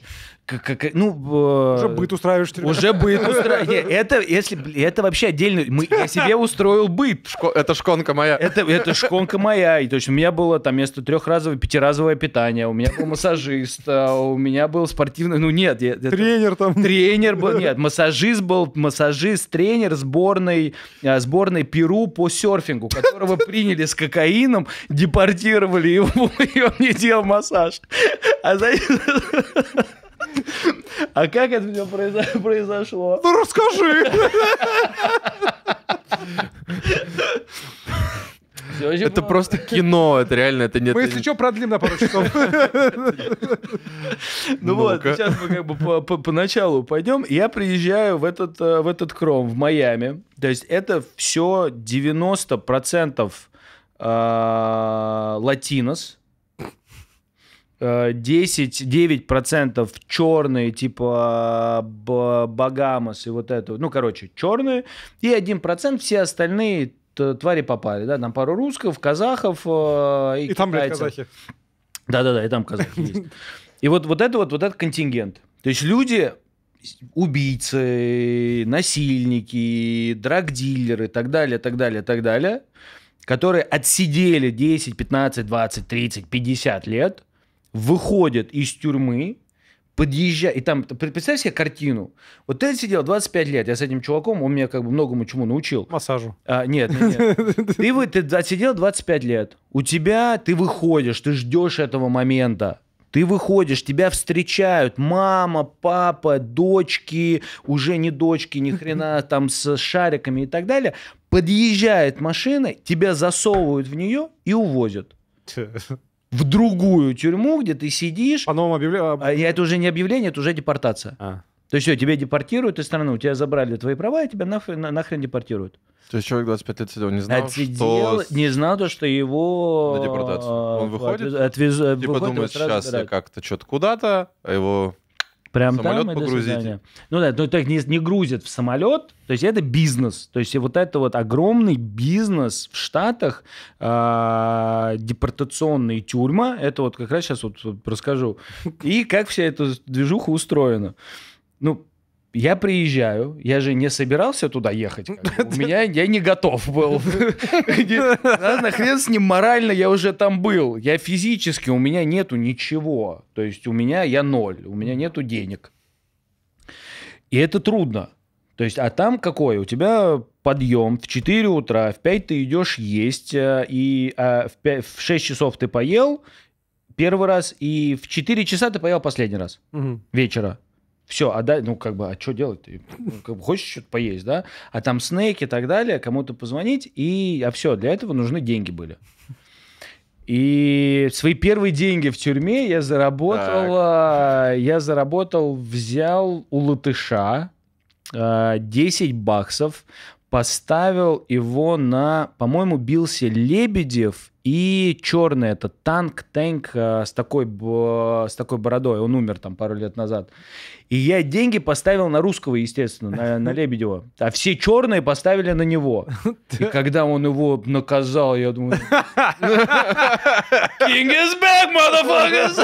Уже быт устраиваешь. Уже быт устраиваешь. Это вообще отдельно. Я себе устроил быт. Это шконка моя. Это шконка моя. И то есть у меня было там вместо 3-разовое 5-разовое питание, у меня был массажист, у меня был спортивный... Ну нет. Тренер там. Тренер был. Нет, массажист, тренер сборной Перу по серфингу, которого приняли с кокаином, депортировали его, и он мне делал массаж. А как это все произошло? Ну, расскажи. Это просто кино, это реально, это нет... Мы, если что, продлим на пару часов. Ну вот, сейчас мы как бы поначалу пойдем. Я приезжаю в этот кром в Майами. То есть это все 90% латинос. 9% черные, типа Багамос и вот это. Ну, короче, черные. И 1% все остальные твари попали. Да? Там пару русских, казахов и там, блядь, казахи. Да, и там казахи есть. И вот этот контингент. То есть люди, убийцы, насильники, драгдилеры и так далее, которые отсидели 10, 15, 20, 30, 50 лет, выходят из тюрьмы, подъезжают, и там, представь себе картину. Вот ты сидел 25 лет, я с этим чуваком, он меня как бы многому чему научил. Массажу. Нет. Ты отсидел 25 лет, ты выходишь, ты ждешь этого момента. Ты выходишь, тебя встречают мама, папа, дочки, уже не дочки, ни хрена, там с шариками и так далее. Подъезжает машина, тебя засовывают в нее и увозят. В другую тюрьму, где ты сидишь. По новому объявлению? Это уже не объявление, это уже депортация. То есть все, тебя депортируют из страны, у тебя забрали твои права, и тебя нахрен депортируют. То есть человек 25 лет сидел, не знал, Отсидел, что... не знал то, что его... На депортацию. Он выходит, выходит, думает, сейчас я как-то что-то куда-то, а его... Прям самолет там и до погрузить. свидания. Ну да, но так не грузят в самолет, то есть это бизнес. То есть вот это вот огромный бизнес в Штатах, депортационные тюрьма, это вот как раз сейчас вот расскажу. И как вся эта движуха устроена. Ну, я приезжаю, я же не собирался туда ехать. У меня, я не готов был. Нахрен с ним морально, я уже там был. Я физически, у меня нету ничего. То есть я ноль, у меня нету денег. И это трудно. То есть, а там какой? У тебя подъем в 4 утра, в 5 ты идешь есть, и в 6 часов ты поел первый раз, и в 4 часа ты поел последний раз вечера. Все, а что делать? Ты хочешь что-то поесть, да? А там снэк и так далее, кому-то позвонить, все, для этого нужны деньги были. И свои первые деньги в тюрьме я заработал, взял у латыша $10, поставил его на, по-моему, бился Лебедев и черный, это танк с такой бородой, он умер там пару лет назад. И я деньги поставил на русского, естественно, на Лебедева, а все черные поставили на него. И когда он его наказал, я думаю, King is back, motherfuckers!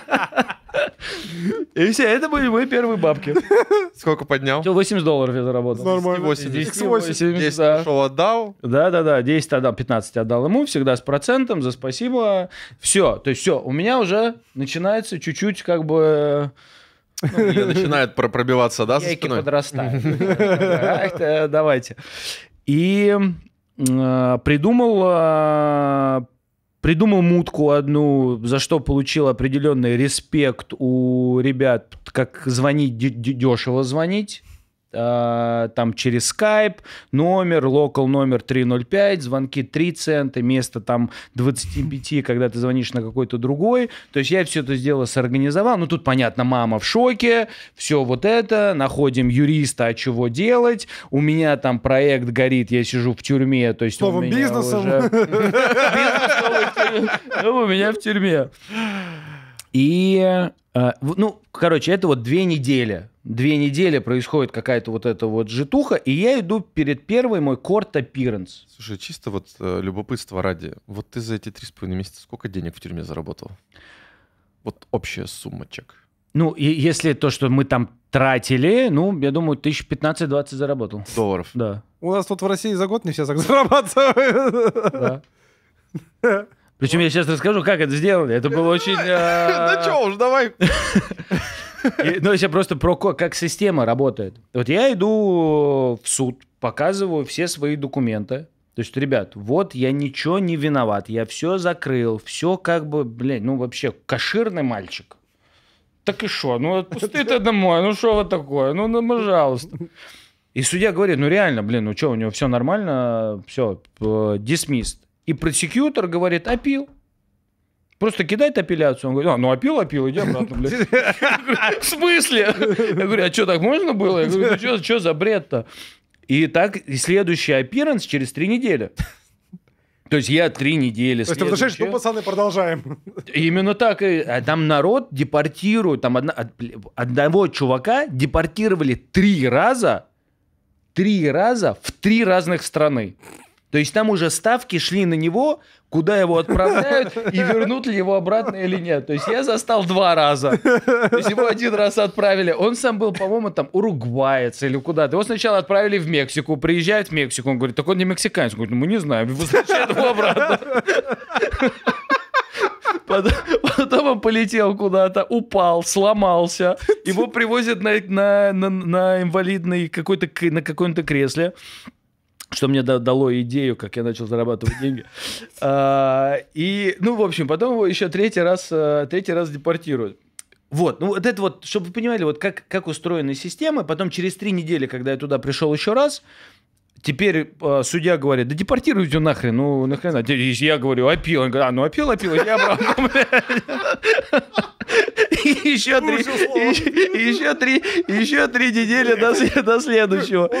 И все, это были мои первые бабки. Сколько поднял? $80 я заработал. Нормально. 10 пошел, отдал. Да, 10 отдал, 15 отдал ему, всегда с процентом, за спасибо. Все, то есть все, у меня уже начинается чуть-чуть как бы... Начинает пробиваться, да, за спиной? Подрастают. Давайте. И придумал мутку одну, за что получил определенный респект у ребят, как звонить, дешево звонить. Там через Skype, локал номер 305, звонки 3 цента, место там 25, когда ты звонишь на какой-то другой. То есть я все это сделал, сорганизовал. Ну, тут, понятно, мама в шоке, все вот это, находим юриста, а чего делать. У меня там проект горит, я сижу в тюрьме. То есть новым бизнесом. У меня в тюрьме. И, это вот 2 недели. 2 недели происходит какая-то вот эта вот житуха, и я иду перед первой мой court appearance. Слушай, чисто вот любопытство ради. Вот ты за эти 3,5 месяца сколько денег в тюрьме заработал? Вот общая сумма чек. Ну, и если то, что мы там тратили, я думаю, 15-20 заработал. Долларов? Да. У нас тут в России за год не все так зарабатывают. Да. Причем я сейчас расскажу, как это сделали. Это было очень... Да что уж, давай. Я просто как система работает. Вот я иду в суд, показываю все свои документы. То есть, ребят, вот я ничего не виноват, я все закрыл, все как бы, вообще кошерный мальчик. Так и что? Отпусти ты домой, что вот такое? Пожалуйста. И судья говорит, реально, у него все нормально, все, dismissed. И просекьютор говорит, апил. Просто кидает апелляцию. Он говорит, апил, иди обратно, блядь. В смысле? Я говорю, а что, так можно было? Я говорю, что за бред-то? И так, следующий аппиранс через 3 недели. То есть я 3 недели. То есть ты подошли, что, пацаны, продолжаем. Именно так. Там народ депортирует. Там одного чувака депортировали 3 раза. 3 раза в 3 разных страны. То есть там уже ставки шли на него, куда его отправляют и вернут ли его обратно или нет. То есть я застал 2 раза. То есть его 1 раз отправили. Он сам был, по-моему, там уругваец или куда-то. Его сначала отправили в Мексику. Приезжает в Мексику. Он говорит, так он не мексиканец. Он говорит, мы не знаем. Возвращают его обратно. Потом он полетел куда-то, упал, сломался. Его привозят на инвалидной на каком-то кресле. Что мне дало идею, как я начал зарабатывать деньги. И, в общем, потом его еще третий раз депортируют. Вот, это вот, чтобы вы понимали, вот как устроена система. Потом через 3 недели, когда я туда пришел еще раз, теперь судья говорит, да депортируйте нахрен, нахрена. Я говорю, апил. Он говорит, апил, иди обратно. И еще 3 недели до следующего.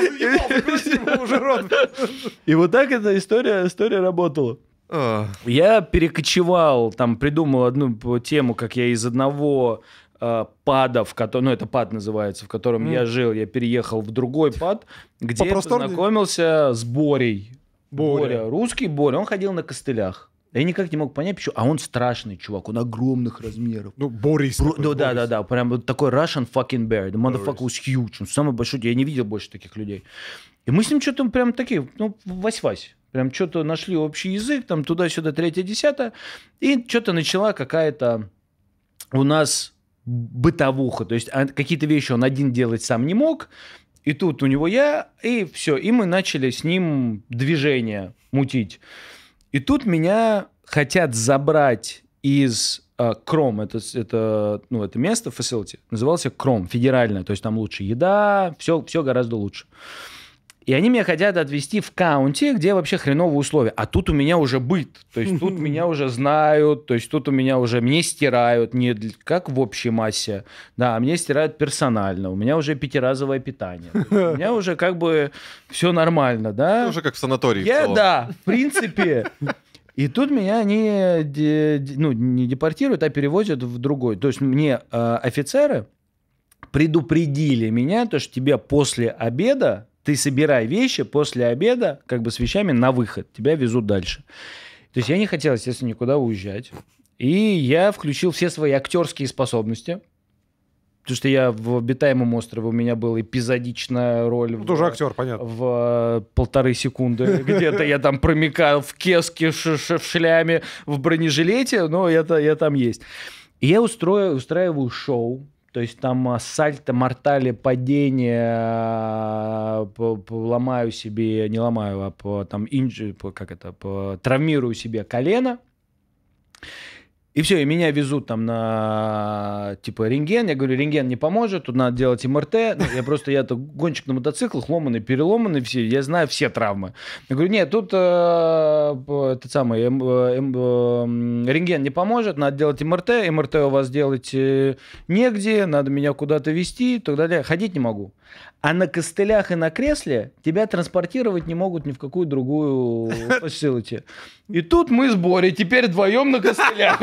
И вот так эта история работала. Я перекочевал, там придумал одну тему, как я из одного пада, это пад называется, в котором я жил, я переехал в другой пад, где я познакомился с Борей. Боря, русский Боря, он ходил на костылях. Я никак не мог понять, почему. А он страшный чувак, он огромных размеров. Ну, Борис. Да, прям вот такой Russian fucking bear. The motherfucker was huge. Он самый большой, я не видел больше таких людей. И мы с ним что-то прям такие, вась-вась. Прям что-то нашли общий язык, там туда-сюда, 3-10. И что-то начала какая-то у нас бытовуха. То есть какие-то вещи он один делать сам не мог. И тут у него я, и все. И мы начали с ним движение мутить. И тут меня хотят забрать из Кром. Это место, facility, назывался Кром, федеральное. То есть там лучше еда, все гораздо лучше. И они меня хотят отвезти в каунти, где вообще хреновые условия. А тут у меня уже быт. То есть тут меня уже знают, то есть тут у меня уже... Мне стирают не как в общей массе, да, мне стирают персонально. У меня уже 5-разовое питание. У меня уже как бы все нормально, да. Уже как в санатории. Да, в принципе. И тут меня они не депортируют, а перевозят в другой. То есть мне офицеры предупредили меня, то, что тебе после обеда ты собирай вещи, после обеда, как бы с вещами на выход. Тебя везут дальше. То есть я не хотел, естественно, никуда уезжать. И я включил все свои актерские способности. Потому что я в «Обитаемом острове», у меня была эпизодичная роль. Тоже актер, понятно. В 1,5 секунды. Где-то я там промекал в кеске, в шляме, в бронежилете, но я там есть. И я устраиваю шоу. То есть там сальто, мортали, падение, ломаю себе, не ломаю, травмирую себе колено. И все, и меня везут там на, рентген. Я говорю, рентген не поможет, тут надо делать МРТ. Я-то гонщик на мотоциклах, ломанный, переломанный, все, я знаю все травмы. Я говорю, нет, тут рентген не поможет, надо делать МРТ. МРТ у вас делать негде, надо меня куда-то везти и так далее. Ходить не могу. А на костылях и на кресле тебя транспортировать не могут ни в какую другую facility. И тут мы с Борей теперь вдвоем на костылях.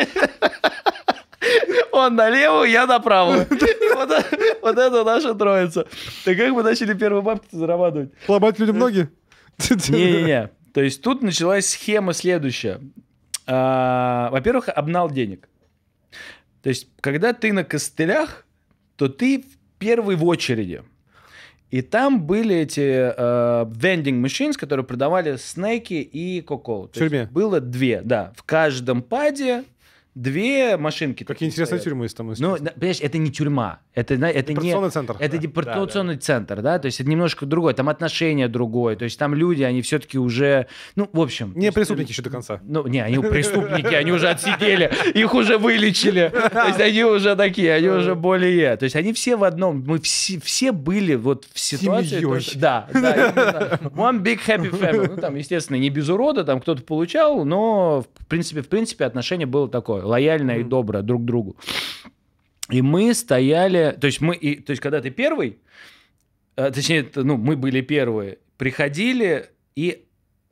Он налево, я направо. Вот это наша троица. Так как мы начали первые бабки зарабатывать? Ломать людям ноги? Не-не-не. То есть тут началась схема следующая. Во-первых, обнал денег. То есть когда ты на костылях, то ты первый в очереди. И там были эти vending machines, которые продавали снеки и кока-колу. В тюрьме? Было 2, да. В каждом паде 2 машинки. Какие интересные тюрьмы есть там. Ну, понимаешь, это не тюрьма. Это депортационный центр. Это депортационный центр, да. То есть это немножко другое. Там отношение другое. То есть там люди, они все-таки уже... Ну, в общем... Не преступники еще до конца. Ну, не, они преступники, они уже отсидели. Их уже вылечили. То есть они уже такие, они уже более... То есть они все в одном... Мы все были вот в ситуации... Да. One big happy family. Ну, там, естественно, не без урода, там кто-то получал, но в принципе отношение было такое. Лояльное и доброе друг к другу. И мы стояли... То есть когда ты первый, точнее, мы были первые, приходили и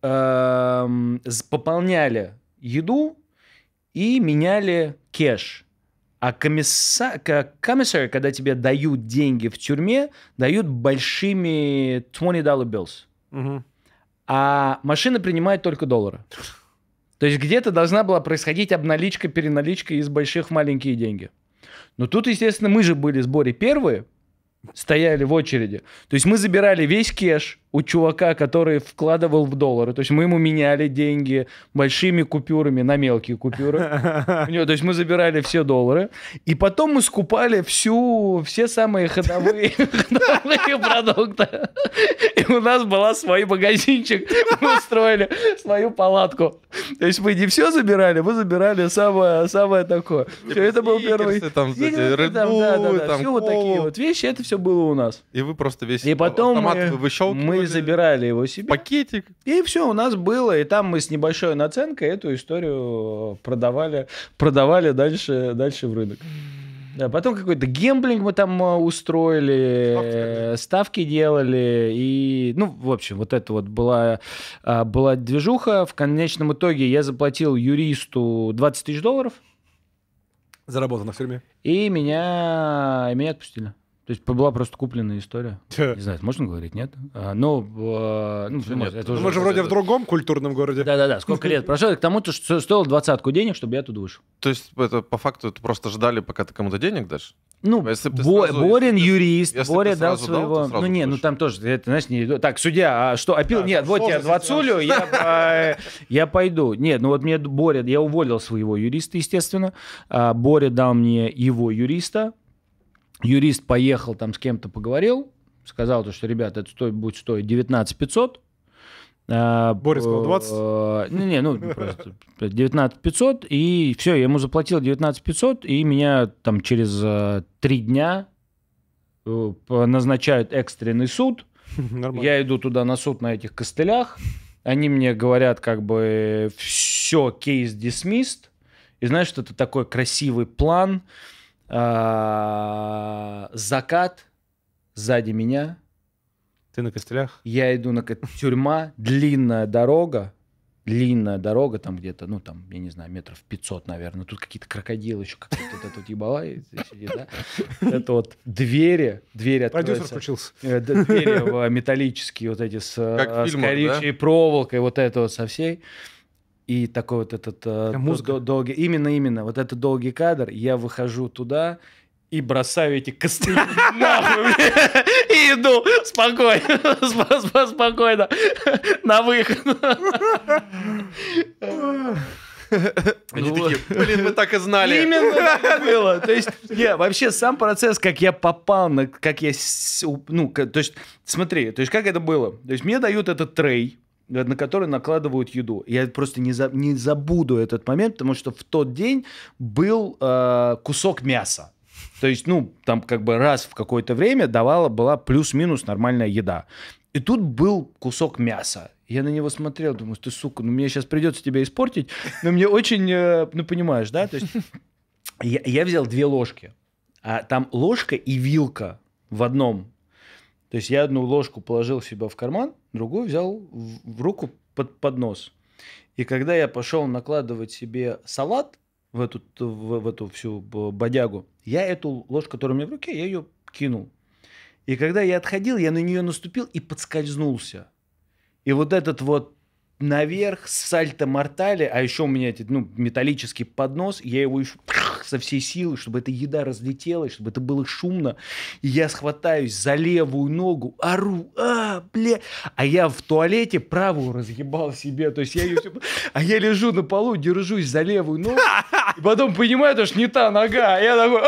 пополняли еду и меняли кэш. А комиссар, когда тебе дают деньги в тюрьме, дают большими $20 bills. Угу. А машина принимает только доллары. То есть где-то должна была происходить обналичка, переналичка из больших в маленькие деньги. Но тут, естественно, мы же были с Борей первые, стояли в очереди. То есть мы забирали весь кэш у чувака, который вкладывал в доллары. То есть мы ему меняли деньги большими купюрами на мелкие купюры. То есть мы забирали все доллары. И потом мы скупали все самые ходовые продукты. И у нас был свой магазинчик. Мы устроили свою палатку. То есть мы не все забирали, мы забирали самое такое. Все, это был первый... Там Red Bull, там все вот такие вот вещи, это все было у нас. И вы просто весь автомат выщелкивали. Мы забирали его себе. Пакетик. И все у нас было. И там мы с небольшой наценкой эту историю продавали дальше в рынок. Да, потом какой-то гемблинг мы там устроили, ставки делали. И, ну, в общем, вот это вот была движуха. В конечном итоге я заплатил юристу $20 тысяч. Заработано в тюрьме. И меня отпустили. То есть была просто купленная история. Не знаю, можно говорить, нет? Ну, Нет, это уже... Мы же вроде в другом культурном городе. Да-да-да, сколько лет прошло, к тому, что стоило 20 денег, чтобы я оттуда вышел. То есть это по факту это просто ждали, пока ты кому-то денег дашь? Ну, Если б ты сразу- Борин юрист, если Боря ты дал сразу дал, своего... то сразу Ну, не, ну будешь. там тоже, это, знаешь, не... Так, судья, а что, опил? Да, Нет, вот тебе сложно 20, я пойду. Нет, ну вот мне Боря, я уволил своего юриста, естественно. Боря дал мне его юриста. Юрист поехал там с кем-то поговорил, сказал, что, ребята, это будет стоить 19 500. Боря сказал 20? Ну, просто 19 500, и все, я ему заплатил 19 500, и меня там через 3 дня назначают экстренный суд. Нормально. Я иду туда на суд на этих костылях, они мне говорят, как бы, все, кейс dismissed, и знаешь, что это такой красивый план, закат сзади меня, Ты на костылях? я иду на тюрьма, длинная дорога, там где-то, ну там, я не знаю, метров 500, наверное, тут какие-то крокодилы еще, какая-то вот эта вот ебала сидит, да? Это вот двери Продюсер открываются. включился. Двери металлические вот эти с Как в фильмах, колючей проволокой, вот это вот со всей. И такой вот этот музыка. долгий... Именно, вот этот долгий кадр. Я выхожу туда и бросаю эти костыли нахуй. И иду спокойно на выход. Они такие, блин, мы так и знали. Именно так и было. То есть, вообще сам процесс, как я попал, как я... Ну, то есть, смотри, то есть, как это было? То есть, мне дают этот трей, на который накладывают еду. Я просто не забуду этот момент, потому что в тот день был кусок мяса. То есть, ну, там как бы раз в какое-то время была плюс-минус нормальная еда. И тут был кусок мяса. Я на него смотрел, думаю, ты, сука, ну мне сейчас придется тебя испортить, но мне очень, ну, понимаешь, да? То есть я взял 2 ложки, а там ложка и вилка в одном. То есть я одну ложку положил себе в карман, другую взял в руку под нос. И когда я пошел накладывать себе салат в эту всю бодягу, я эту ложку, которая у меня в руке, я ее кинул. И когда я отходил, я на нее наступил и подскользнулся. И вот этот вот наверх сальто-мортале, а еще у меня металлический поднос, я его еще со всей силы, чтобы эта еда разлетелась, чтобы это было шумно. И я схватаюсь за левую ногу, ору, бля. А я в туалете правую разъебал себе. То есть я ее... А я лежу на полу, держусь за левую ногу, и потом понимаю, что не та нога. А я такой,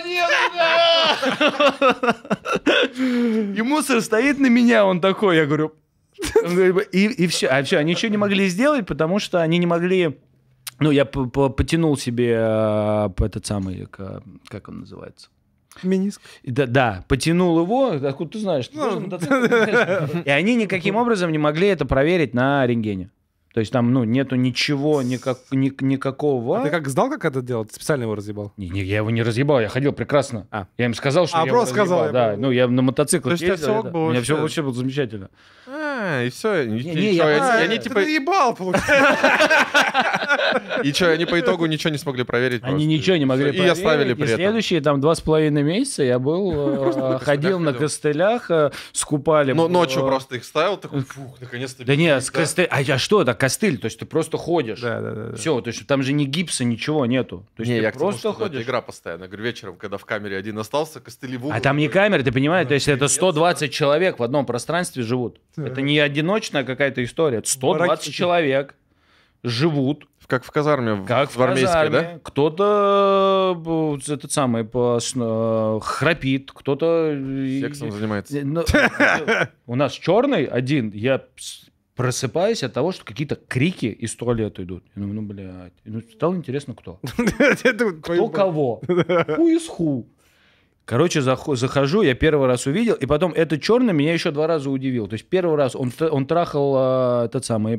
нет! И мусор стоит на меня, он такой, я говорю... И все. А все, они ничего не могли сделать, потому что они не могли... Ну, я потянул себе этот самый, как он называется? Миниск. Да, потянул его. Откуда ты знаешь? Ты тоже мотоцикл знаешь? И они никаким образом не могли это проверить на рентгене. То есть там, ну, нету ничего, никакого... А ты как знал, как это делать? Ты специально его разъебал? Не, я его не разъебал, я ходил прекрасно. Я им сказал, что я его просто сказал, разъебал. Да, ну, я на мотоцикле То есть у тебя ездил. всё было У меня все вообще- вообще было замечательно. И все. я Они Ты типа... наебал, получается. И что, они по итогу ничего не смогли проверить? Они просто? ничего не могли И оставили проверить. при И этом. следующие там 2,5 месяца я был, ходил на костылях, скупали. Но ночью просто их ставил, такой, фух, наконец-то. Да нет, костыль. А что это костыль? То есть ты просто ходишь. Да. Все, то есть там же ни гипса, ничего нету. То есть Не, ты я к тому, просто что это ходишь. игра постоянно. Я говорю, вечером, когда в камере один остался, костыли в угол. А там не камеры, ты понимаешь? То есть это Нет, 120 человек в одном пространстве живут. Это не одиночная какая-то история. Это 120 Бараки. человек живут. Как в казарме, Как в армейской, казарме. да? Кто-то этот самый храпит, кто-то... Сексом занимается. Ну, у нас черный один, я просыпаюсь от того, что какие-то крики из туалета идут. Я думаю, ну, блядь. Ну, стало интересно, кто. Кто кого? Who is who? Короче, захожу, я первый раз увидел, и потом этот черный меня еще 2 раза удивил. То есть первый раз он трахал этот самый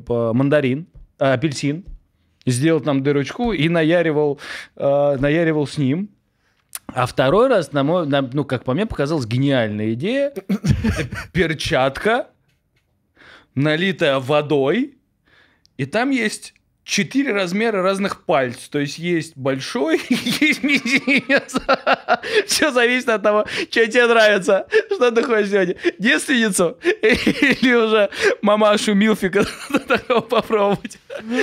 апельсин, сделал там дырочку и наяривал с ним. А второй раз, ну, как по мне, показалась гениальная идея. Перчатка, налитая водой, и там есть 4 размера разных пальцев. То есть есть большой, есть мизинец. Все зависит от того, что тебе нравится. Что ты хочешь сегодня? Девственницу? Или уже мамашу Милфика такого попробовать?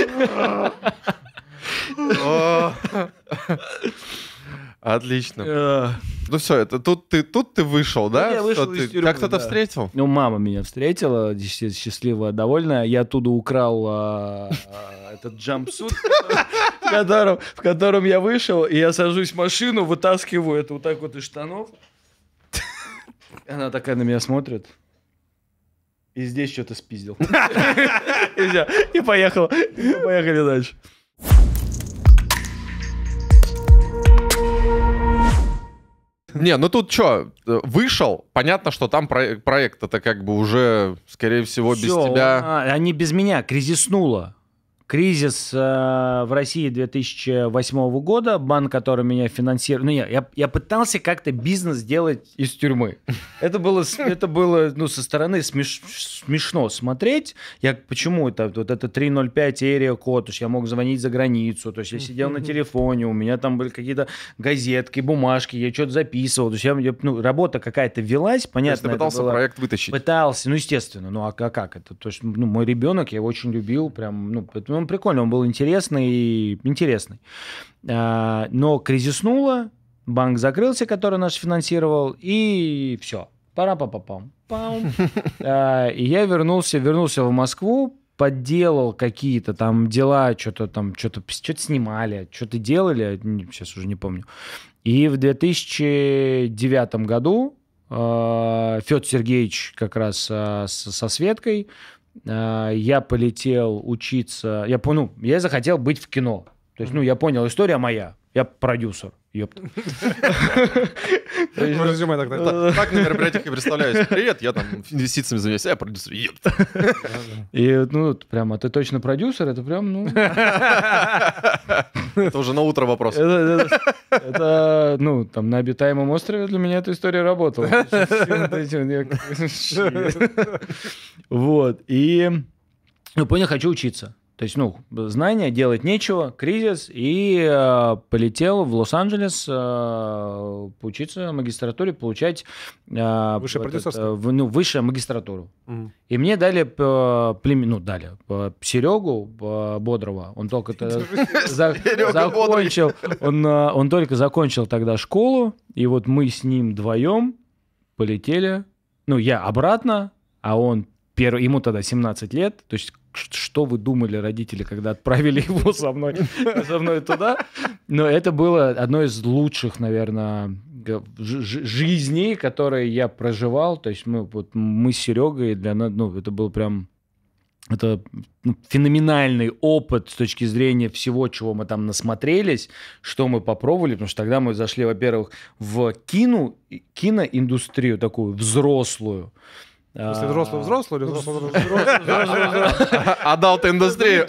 Отлично. Ну все, это тут ты вышел, да? Я вышел из тюрьмы, Как кто-то да. встретил? Ну, мама меня встретила, счастливая, довольная. Я оттуда украл этот джампсут, в котором я вышел, и я сажусь в машину, вытаскиваю это вот так вот из штанов. Она такая на меня смотрит. И здесь что-то спиздил. И все. И поехал. Поехали дальше. Не, ну тут что, вышел, понятно, что там проект это как бы уже, скорее всего, без Всё, тебя. они без меня, кризиснуло. Кризис в России 2008 года, банк, который меня финансировал... Ну, я пытался как-то бизнес делать из тюрьмы. Это было ну, со стороны смешно смотреть. Почему это? Вот это 305 area код, то есть я мог звонить за границу, то есть я сидел на телефоне, у меня там были какие-то газетки, бумажки, я что-то записывал. То есть ну, работа какая-то велась, понятно. То есть ты пытался проект вытащить? Пытался, ну, естественно. Ну, а как это? То есть, ну, мой ребенок, я его очень любил, прям, ну, он прикольный, он был интересный. Но кризиснуло, банк закрылся, который нас финансировал, и все. Пара-па-па-пам. И я вернулся в Москву, подделал какие-то там дела, что-то снимали, что-то делали, сейчас уже не помню. И в 2009 году Федор Сергеевич как раз со Светкой, я полетел учиться, я захотел быть в кино. То есть, ну, я понял, история моя, я продюсер. Ёпта. Так на мероприятиях и представляюсь. Привет, я там инвестициями занимаюсь, я продюсер. Ёпта. И, ну, прям, а ты точно продюсер? Это прям, ну... Это уже на утро вопрос. Это, ну, там, на обитаемом острове для меня эта история работала. Вот. И, ну, понял, хочу учиться. То есть, ну, знания, делать нечего, кризис, и полетел в Лос-Анджелес поучиться в магистратуре, получать Высшее продюсерство? Высшую магистратуру. И мне дали Серегу Бодрова, он только закончил, он только закончил тогда школу, и вот мы с ним вдвоем полетели, ну, я обратно, а он ему тогда 17 лет, то есть что вы думали, родители, когда отправили его со мной туда? Но это было одно из лучших, наверное, жизней, которые я проживал. То есть мы с Серегой, это был прям феноменальный опыт с точки зрения всего, чего мы там насмотрелись, что мы попробовали, потому что тогда мы зашли, во-первых, в киноиндустрию такую взрослую. Если взрослую или взрослую? Адалт-индустрию.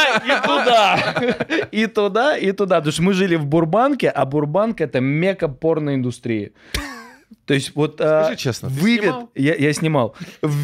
И туда. Потому что мы жили в Бурбанке, а Бурбанк — это мекка порноиндустрии. То есть вот... Скажи честно, Vivid, я снимал.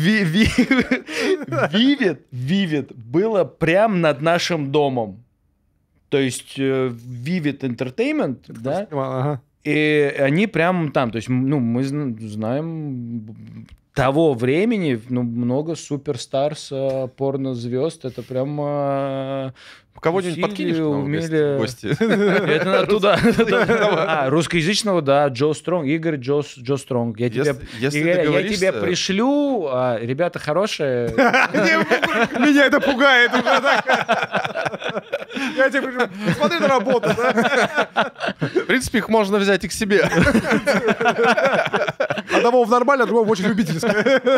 Vivid было прям над нашим домом. То есть Vivid Entertainment, да? Ага. И они прям там. То есть, ну, мы знаем... Того времени, ну, много суперстарс, порнозвезд, это прям... Кого-нибудь подкинешь в гости? Это туда. Русскоязычного, да, Игорь Джо Стронг. Я тебе пришлю, ребята хорошие. Меня это пугает уже. Я тебе пришлю. Смотри на работу, да? В принципе, их можно взять и к себе. Одного в нормально, другого в очень любительское.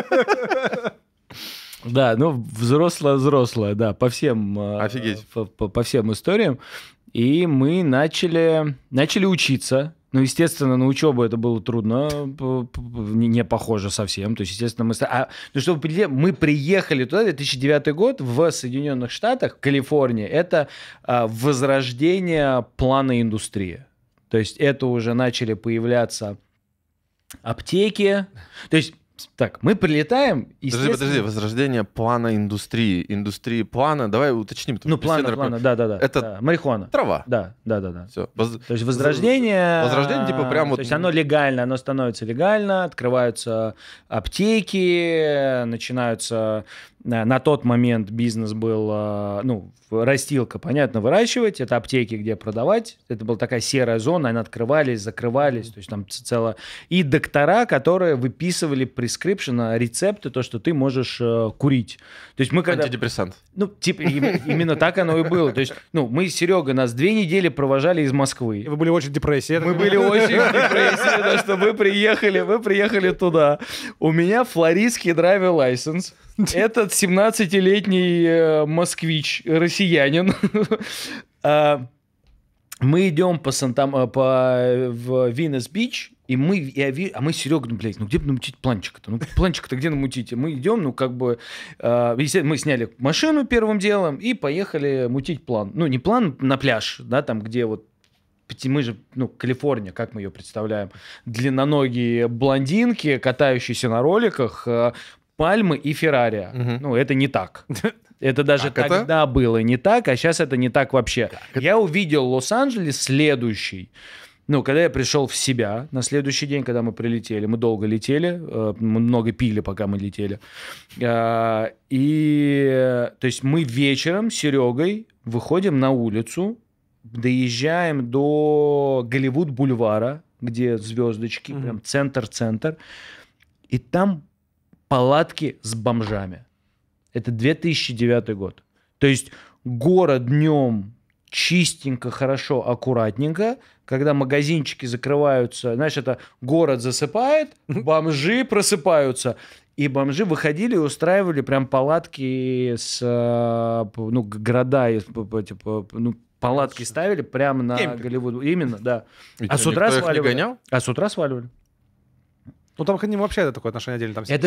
Да, ну, взрослая, да, по всем... Офигеть. По всем историям. И мы начали учиться. Ну, естественно, на учебу это было трудно, не похоже совсем. То есть, естественно, мы приехали туда, 2009 год, в Соединенных Штатах, в Калифорнии. Это возрождение плана индустрии. То есть это уже начали появляться аптеки. То есть так, мы прилетаем... Подожди, возрождение плана индустрии плана, давай уточним. Плана, да. Это марихуана. Трава. Да. Все. То есть возрождение... Возрождение типа прям вот... То есть оно легально, оно становится легально, открываются аптеки, начинаются... На тот момент бизнес был, растилка, понятно, выращивать, это аптеки, где продавать, это была такая серая зона, они открывались, закрывались, то есть там целое... И доктора, которые выписывали прескрипшн, рецепты, то, что ты можешь курить. То есть мы когда... Антидепрессант. Именно так оно и было. То есть, мы с Серегой нас 2 недели провожали из Москвы. И вы были очень в депрессии. Мы были очень в депрессии, потому что мы приехали туда. У меня флористский драйвер лайсенс. Этот 17-летний москвич, россиянин. Мы идем в Венес-Бич, и мы с Серегой, где бы намутить планчик-то? Планчик-то где намутить? Мы идем, мы сняли машину первым делом и поехали мутить план. Не план на пляж, да, там, где вот мы же, Калифорния, как мы ее представляем, длинноногие блондинки, катающиеся на роликах, пальмы и Феррари. Это не так. Это даже тогда было не так, а сейчас это не так вообще. Я увидел Лос-Анджелес следующий. Когда я пришел в себя на следующий день, когда мы прилетели, мы долго летели, мы много пили, пока мы летели. То есть мы вечером с Серегой выходим на улицу, доезжаем до Голливуд-бульвара, где звездочки, прям центр-центр, и там палатки с бомжами. Это 2009 год. То есть город днем чистенько, хорошо, аккуратненько. Когда магазинчики закрываются, знаешь, это город засыпает, бомжи просыпаются. И бомжи выходили и устраивали прям палатки с города, палатки ставили прямо на Голливуд. Именно, да. А с утра сваливали. Там к ним вообще такое отношение отдельно. Это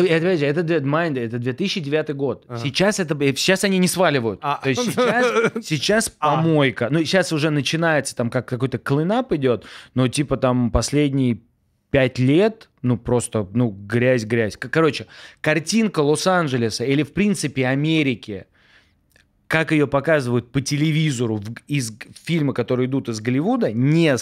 2009 год. Ага. Сейчас они не сваливают. То есть сейчас помойка. Сейчас уже начинается там какой-то клинап идет, но типа там последние 5 лет, просто грязь. Короче, картинка Лос-Анджелеса или в принципе Америки, как ее показывают по телевизору из фильма, которые идут из Голливуда, не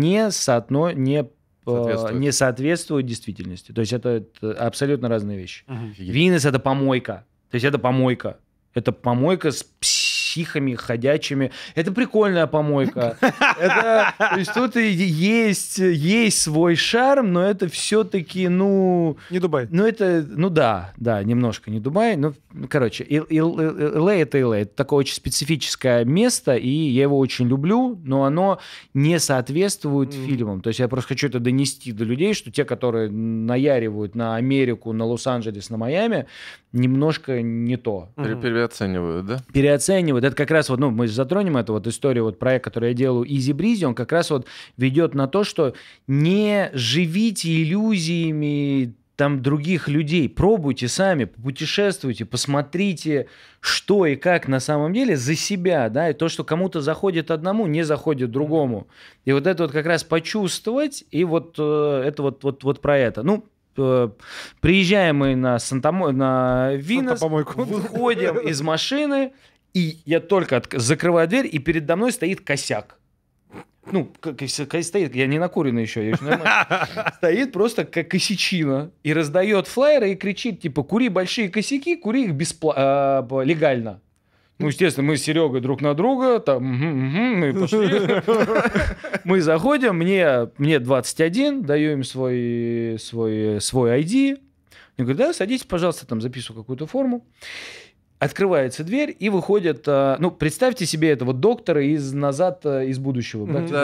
соответствует действительности. То есть это абсолютно разные вещи. Венес — это помойка. То есть это помойка. Это помойка с психами ходячими. Это прикольная помойка. То есть тут есть свой шарм, но это все-таки, Не Дубай. Да, немножко не Дубай. Короче, LA — это LA. Это такое очень специфическое место, и я его очень люблю, но оно не соответствует фильмам. То есть я просто хочу это донести до людей, что те, которые наяривают на Америку, на Лос-Анджелес, на Майами, немножко не то. Переоценивают, да? Переоценивают. Это как раз мы затронем эту историю, проект, который я делаю, Easy Breezy, он как раз ведет на то, что не живите иллюзиями там других людей, пробуйте сами, путешествуйте, посмотрите, что и как на самом деле за себя, да, и то, что кому-то заходит одному, не заходит другому. И это как раз почувствовать, и это про это. Приезжаем мы на Венес, выходим из машины, и я только закрываю дверь, и передо мной стоит косяк. Стоит, я не накуренный еще, я еще нормально. Стоит просто как косячина и раздает флаеры и кричит, типа, кури большие косяки, кури их легально. Естественно, мы с Серегой друг на друга, мы пошли. Мы заходим, мне 21, даю им свой ID. Я говорю, да, садитесь, пожалуйста, там записываю какую-то форму. Открывается дверь, и выходят, представьте себе этого доктора «Назад из будущего».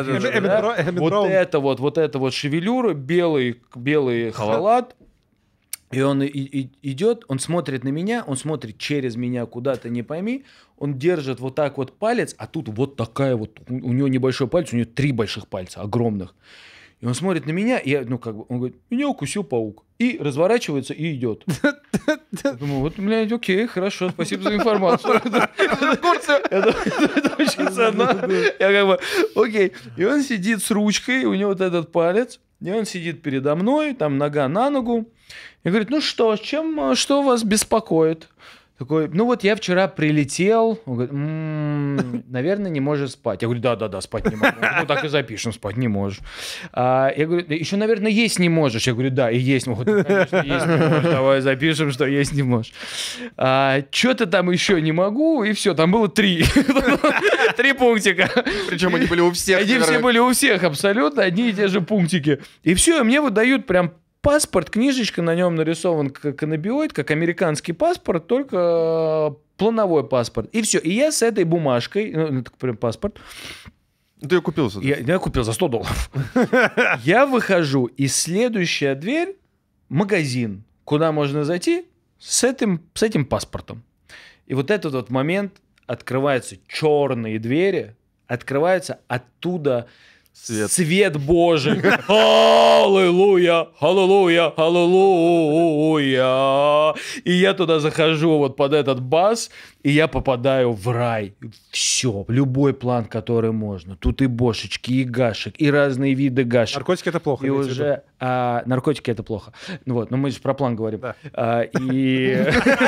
Вот это шевелюра, белый халат. И он идет, он смотрит на меня, он смотрит через меня куда-то, не пойми, он держит вот так вот палец, а тут вот такая вот, у него небольшой палец, у него 3 больших пальца, огромных. И он смотрит на меня, и я, он говорит, меня укусил паук. И разворачивается, и идет. Я думаю, вот, блядь, окей, хорошо, спасибо за информацию. Это очень ценно. Я окей. И он сидит с ручкой, у него вот этот палец, и он сидит передо мной, там нога на ногу, и говорит, ну что, что вас беспокоит? Такой, ну вот я вчера прилетел, он говорит, наверное, не можешь спать. Я говорю, да, спать не могу. Ну так и запишем, спать не можешь. Я говорю, еще, наверное, есть не можешь. Я говорю, да, и есть. Ну, конечно, есть не можешь. Давай запишем, что есть не можешь. Что-то там еще не могу, и все, там было 3. 3 пунктика. Причем они были у всех. Они все были у всех, абсолютно одни и те же пунктики. И все, и мне выдают прям паспорт, книжечка, на нем нарисован каннабиоид, как американский паспорт, только плановой паспорт. И все. И я с этой бумажкой, это прям паспорт. Ты ее купил? Я купил за $100. Я выхожу, и следующая дверь — магазин, куда можно зайти с этим паспортом. И вот этот вот момент, открываются черные двери, открывается оттуда... Свет Божий. Аллилуйя, аллилуйя, аллилуйя. И я туда захожу вот под этот бас, и я попадаю в рай. Все, любой план, который можно. Тут и бошечки, и гашек, и разные виды гашек. Наркотики — это плохо. И уже... наркотики — это плохо. Ну вот, но мы же про план говорим. Да. И...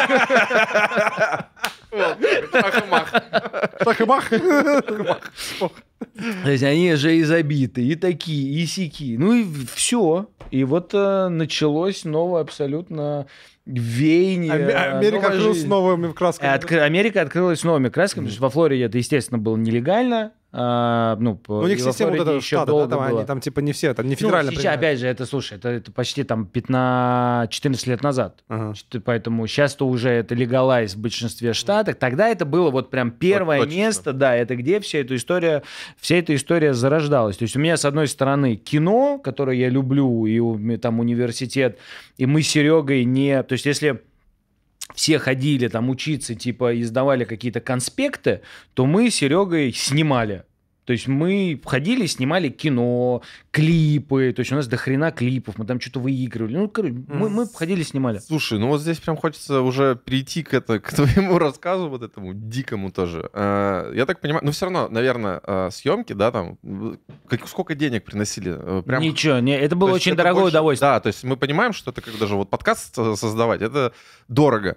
Так и мах. То есть они же и забиты, и такие, и сяки. Ну и все. И вот началось новое абсолютно веяние. Америка открылась с новыми красками. Америка открылась с новыми красками. То есть во Флориде это, естественно, было нелегально. У них система вот этого штата, да, они там типа не все, это не федерально. Сейчас, опять же, это, слушай, это почти там 14 лет назад. Поэтому сейчас-то уже это легалайз в большинстве штатов. Тогда это было вот прям первое место, да, это где вся эта история зарождалась. То есть у меня, с одной стороны, кино, которое я люблю, и там университет, и мы с Серегой не... То есть если... все ходили там учиться, типа издавали какие-то конспекты, то мы с Серегой снимали. То есть мы ходили, снимали кино, клипы, то есть у нас до хрена клипов, мы там что-то выигрывали. Ну, короче, мы ходили, снимали. Слушай, ну вот здесь прям хочется уже перейти к твоему рассказу, вот этому дикому тоже. Я так понимаю, ну все равно, наверное, съемки, да, там, сколько денег приносили? Прям... Ничего, это было очень дорогое удовольствие. Да, то есть мы понимаем, что это как даже вот подкаст создавать, это дорого.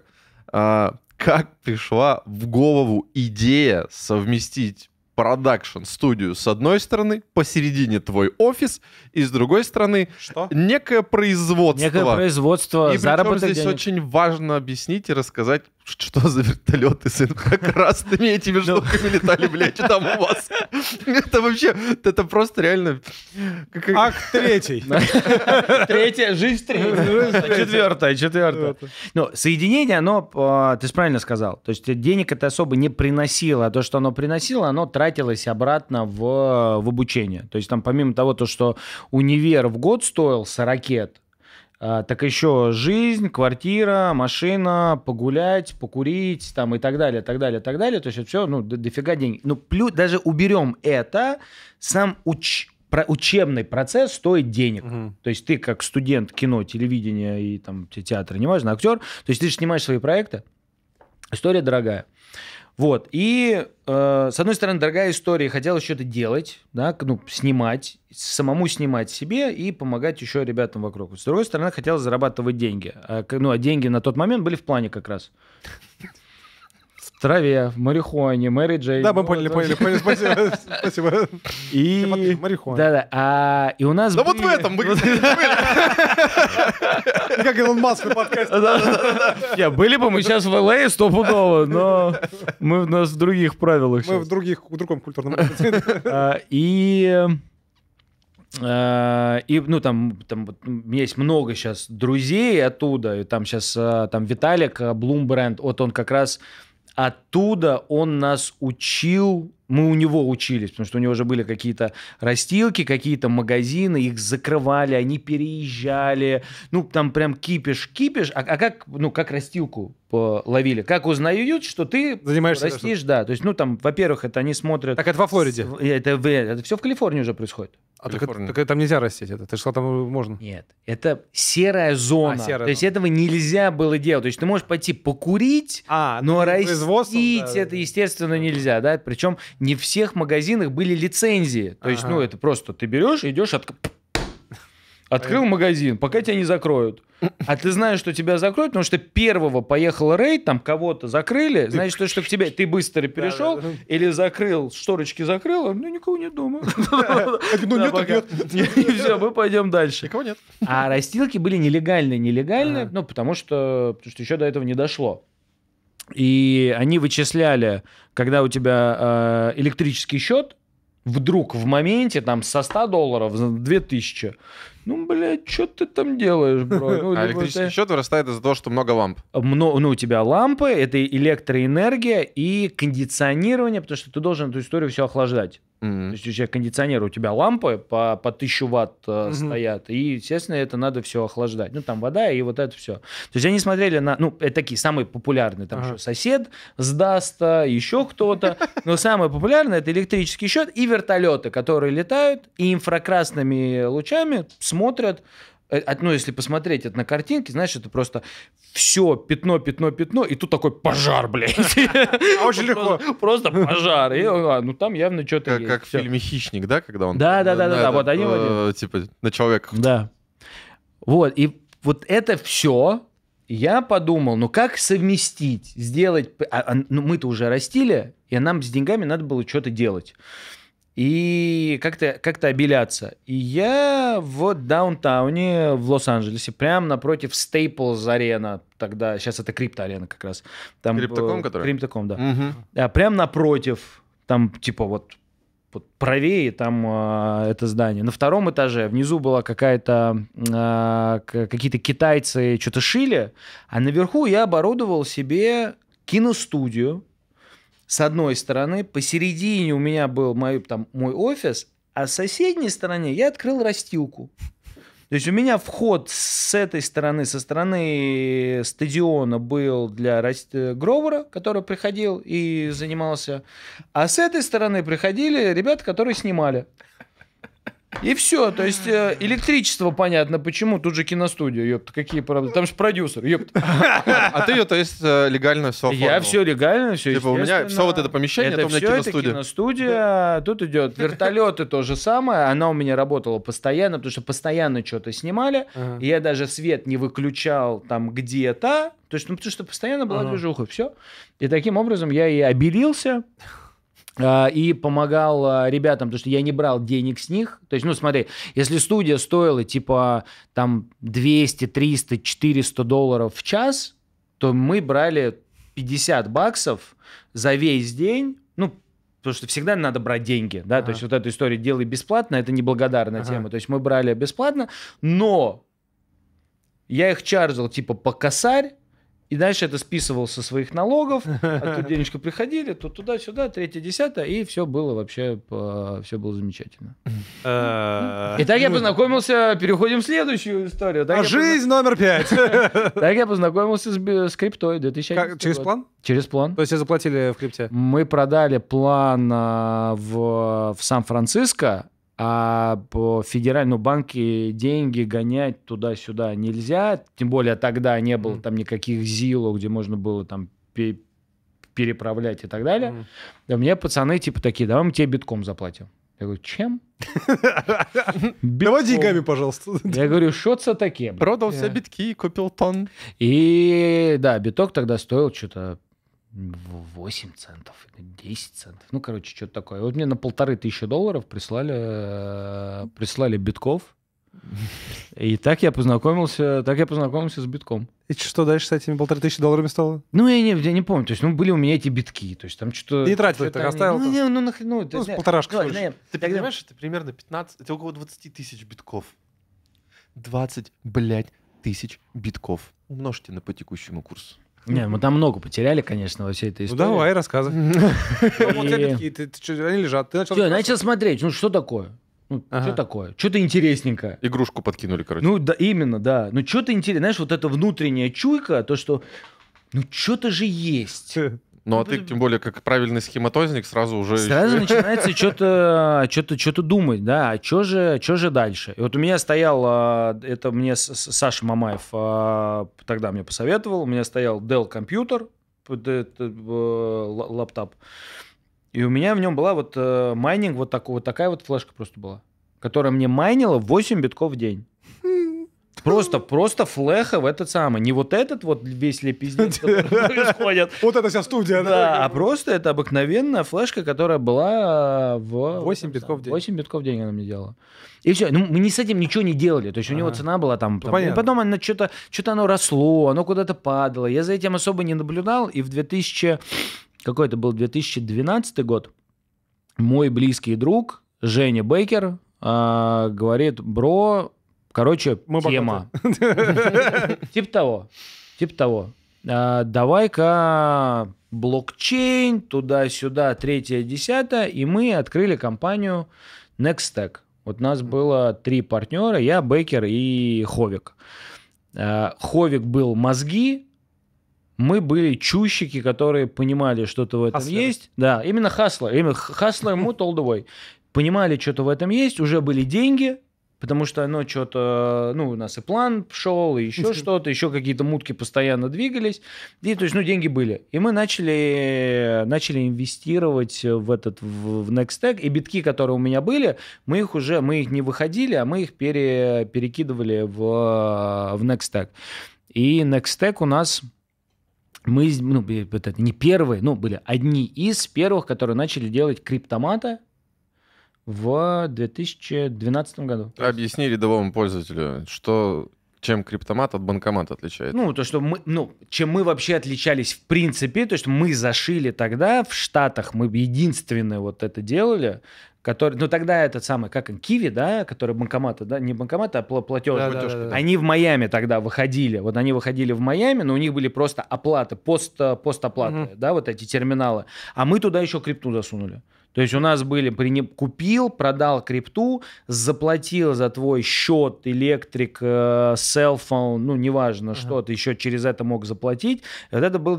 Как пришла в голову идея совместить продакшн-студию с одной стороны, посередине твой офис, и с другой стороны некое производство. Некое производство, и заработок здесь денег. очень важно объяснить и рассказать, что за вертолеты с инфракрасными этими штуками летали, блядь, что там у вас. Это вообще, это просто реально... Акт 3. Третья, жизнь 3. Четвертая. Ну, соединение, оно, ты же правильно сказал, то есть денег это особо не приносило, а то, что оно приносило, оно тратилось обратно в обучение. То есть там помимо того, что универ в год стоил 40, так еще жизнь, квартира, машина, погулять, покурить там, и так далее, так далее, так далее. То есть это все, дофига денег. Ну, плюс даже уберем это, сам учебный процесс стоит денег. То есть ты как студент кино, телевидения и там театра, неважно, актер, то есть ты же снимаешь свои проекты, история дорогая. Вот, и с одной стороны, дорогая история, хотелось что-то делать, да, снимать, самому снимать себе и помогать еще ребятам вокруг. С другой стороны, хотелось зарабатывать деньги. А деньги на тот момент были в плане как раз. В траве, в марихуане, Мэри Джей. Да, мы поняли, спасибо. И... Марихуана. Да. И у нас... Да вот в этом. Как Илон Маск на подкасте. Были бы мы сейчас в ЛА стопудово, но мы у нас в других правилах. Мы в другом культурном опыте. И ну, там у меня есть много сейчас друзей оттуда, и там сейчас там Виталик Блумбренд, вот он как раз оттуда, он нас учил, мы у него учились, потому что у него уже были какие-то растилки, какие-то магазины, их закрывали, они переезжали, ну, там прям кипиш, а как растилку ловили? Как узнают, что ты растишь, да, то есть, ну, там, во-первых, это они смотрят... Так это во Флориде? Это все в Калифорнии уже происходит. А Калифорния. так там нельзя растить это. Ты же сказал, там можно. Нет, это серая зона. серая То есть зона. этого нельзя было делать. То есть ты можешь пойти покурить, но растить это, естественно, нельзя. Да? Причем не в всех магазинах были лицензии. То есть, это просто ты берешь, идешь, открыл магазин, пока тебя не закроют. А ты знаешь, что тебя закроют, потому что первого поехал рейд, там кого-то закрыли, значит, что к тебе ты быстро перешел или закрыл, шторочки закрыл, никого нет дома. Нет. И все, мы пойдем дальше. Никого нет. А растилки были нелегальные, потому что еще до этого не дошло. И они вычисляли, когда у тебя электрический счет, вдруг в моменте там со $100 2000. Блядь, что ты там делаешь, бро? А электрический счет вырастает из-за того, что много ламп. У тебя лампы, это электроэнергия и кондиционирование, потому что ты должен эту историю все охлаждать. То есть у тебя кондиционер, у тебя лампы по 1000 ватт стоят, и, естественно, это надо все охлаждать. Там вода и вот это все. То есть они смотрели на... это такие самые популярные. Там еще сосед с Даста, еще кто-то. Но самое популярное — это электрический счет и вертолеты, которые летают и инфракрасными лучами смотрят. Если посмотреть это на картинке, знаешь, это просто все пятно, и тут такой пожар, блядь. Очень легко. Просто пожар. И там явно что-то есть. Как в фильме «Хищник», да, когда он... Да, вот они вот. Типа на человека. Да. Вот, и вот это все я подумал, как совместить, сделать... мы-то уже растили, и нам с деньгами надо было что-то делать. И как-то обеляться. И я в даунтауне в Лос-Анджелесе, прямо напротив Staples Arena, тогда, сейчас это Крипто-арена как раз. Там, Криптоком, который? Криптоком, да. Да, прямо напротив, там типа вот правее там это здание. На втором этаже внизу была какие-то китайцы что-то шили, а наверху я оборудовал себе киностудию. С одной стороны, посередине у меня был мой офис, а с соседней стороны я открыл растилку. То есть у меня вход с этой стороны, со стороны стадиона был для Гровера, который приходил и занимался, а с этой стороны приходили ребята, которые снимали. И все, то есть электричество понятно, почему, тут же киностудия, ёпта, какие правда, там же продюсер, ёпта. А ты, то есть, легально все оформил? Я все легально, все типа у меня все вот это помещение, это у меня киностудия. Это киностудия, тут идет вертолеты, то же самое, она у меня работала постоянно, потому что постоянно что-то снимали, и я даже свет не выключал там где-то, то есть, потому что постоянно была движуха, все. И таким образом я и обелился. И помогал ребятам, потому что я не брал денег с них. То есть, смотри, если студия стоила типа там 200, 300, 400 долларов в час, то мы брали $50 за весь день, потому что всегда надо брать деньги, да, то есть вот эта история «делай бесплатно» — это неблагодарная тема, то есть мы брали бесплатно, но я их чаржил типа по косарь, и дальше это списывал со своих налогов, а тут денежка приходили, тут туда-сюда, 3-10, и все было вообще, все было замечательно. Итак, я познакомился, переходим в следующую историю. Жизнь номер 5. Так я познакомился с криптой 2011 год. Через план? Через план. То есть тебе заплатили в крипте? Мы продали план в Сан-Франциско, а по федеральному банке деньги гонять туда-сюда нельзя. Тем более тогда не было там никаких ЗИЛов, где можно было там переправлять и так далее. А мне пацаны типа такие: давай мы тебе битком заплатим. Я говорю: чем? Давай деньгами, пожалуйста. Я говорю: что это такие? Продал все битки, купил тон. И да, биток тогда стоил что-то 8 центов, 10 центов. Что-то такое. Вот мне на $1500 прислали битков. И так я познакомился с битком. И что дальше с этими $1500 стало? Я не помню. То есть, были у меня эти битки. То есть, там что-то... Ты не тратил их, так оставил? полторашка. Ты понимаешь, это примерно 15... Это около 20 тысяч битков. 20, тысяч битков. Умножьте на по текущему курсу. Не, мы там много потеряли, конечно, во всей этой истории. Давай, рассказывай. Вот битки, они лежат. Ты начал смотреть, что такое? Что такое? Что-то интересненькое. Игрушку подкинули, короче. Да, именно, да. Что-то интересное. Знаешь, вот эта внутренняя чуйка, то, что что-то же есть. Ну, а ты, тем более, как правильный схематозник, сразу уже... Сразу начинается что-то думать, да, а что же дальше? И вот у меня стоял, это мне Саша Мамаев тогда мне посоветовал, у меня стоял Dell компьютер, лаптоп, и у меня в нем была вот майнинг, вот такая вот флешка просто была, которая мне майнила 8 битков в день. Просто флеха в этот самый. Не вот этот вот весь лепиздец, который происходит. Вот это вся студия. Да, а просто это обыкновенная флешка, которая была в... 8 битков в день. 8 битков в день она мне делала. И все. Ну, мы с этим ничего не делали. То есть у него цена была там... И потом оно что-то оно росло, оно куда-то падало. Я за этим особо не наблюдал. И в 2012 год мой близкий друг Женя Бейкер говорит: бро... Короче, тема. Типа того. Давай-ка блокчейн, туда-сюда, 3-10, и мы открыли компанию Nextech. Вот у нас было 3 партнера, я, Бейкер и Ховик. Ховик был мозги, мы были чущики, которые понимали, что-то в этом есть. Да, именно хаслер. Именно хаслер ему all the way. Понимали, что-то в этом есть, уже были деньги. Потому что, что-то, у нас и план шел, и еще что-то, еще какие-то мутки постоянно двигались. И, то есть, деньги были. И мы начали инвестировать в Nextech. И битки, которые у меня были, мы их не выходили, а мы их перекидывали в Nextech. И Nextech у нас... Мы, это не первые, были одни из первых, которые начали делать криптомата в 2012 году. Объясни рядовому пользователю, чем криптомат от банкомата отличается. То, что чем мы вообще отличались в принципе, то, что мы зашили тогда в Штатах, мы единственные вот это делали, который, тогда этот самый, Киви, да, который банкоматы, да, не банкоматы, а платежка. Да. Они в Майами тогда выходили. Вот они выходили в Майами, но у них были просто оплаты, постоплаты, да, вот эти терминалы. А мы туда еще крипту засунули. То есть у нас были, купил, продал крипту, заплатил за твой счет, электрик, селфон, неважно что, ты еще через это мог заплатить. И вот это был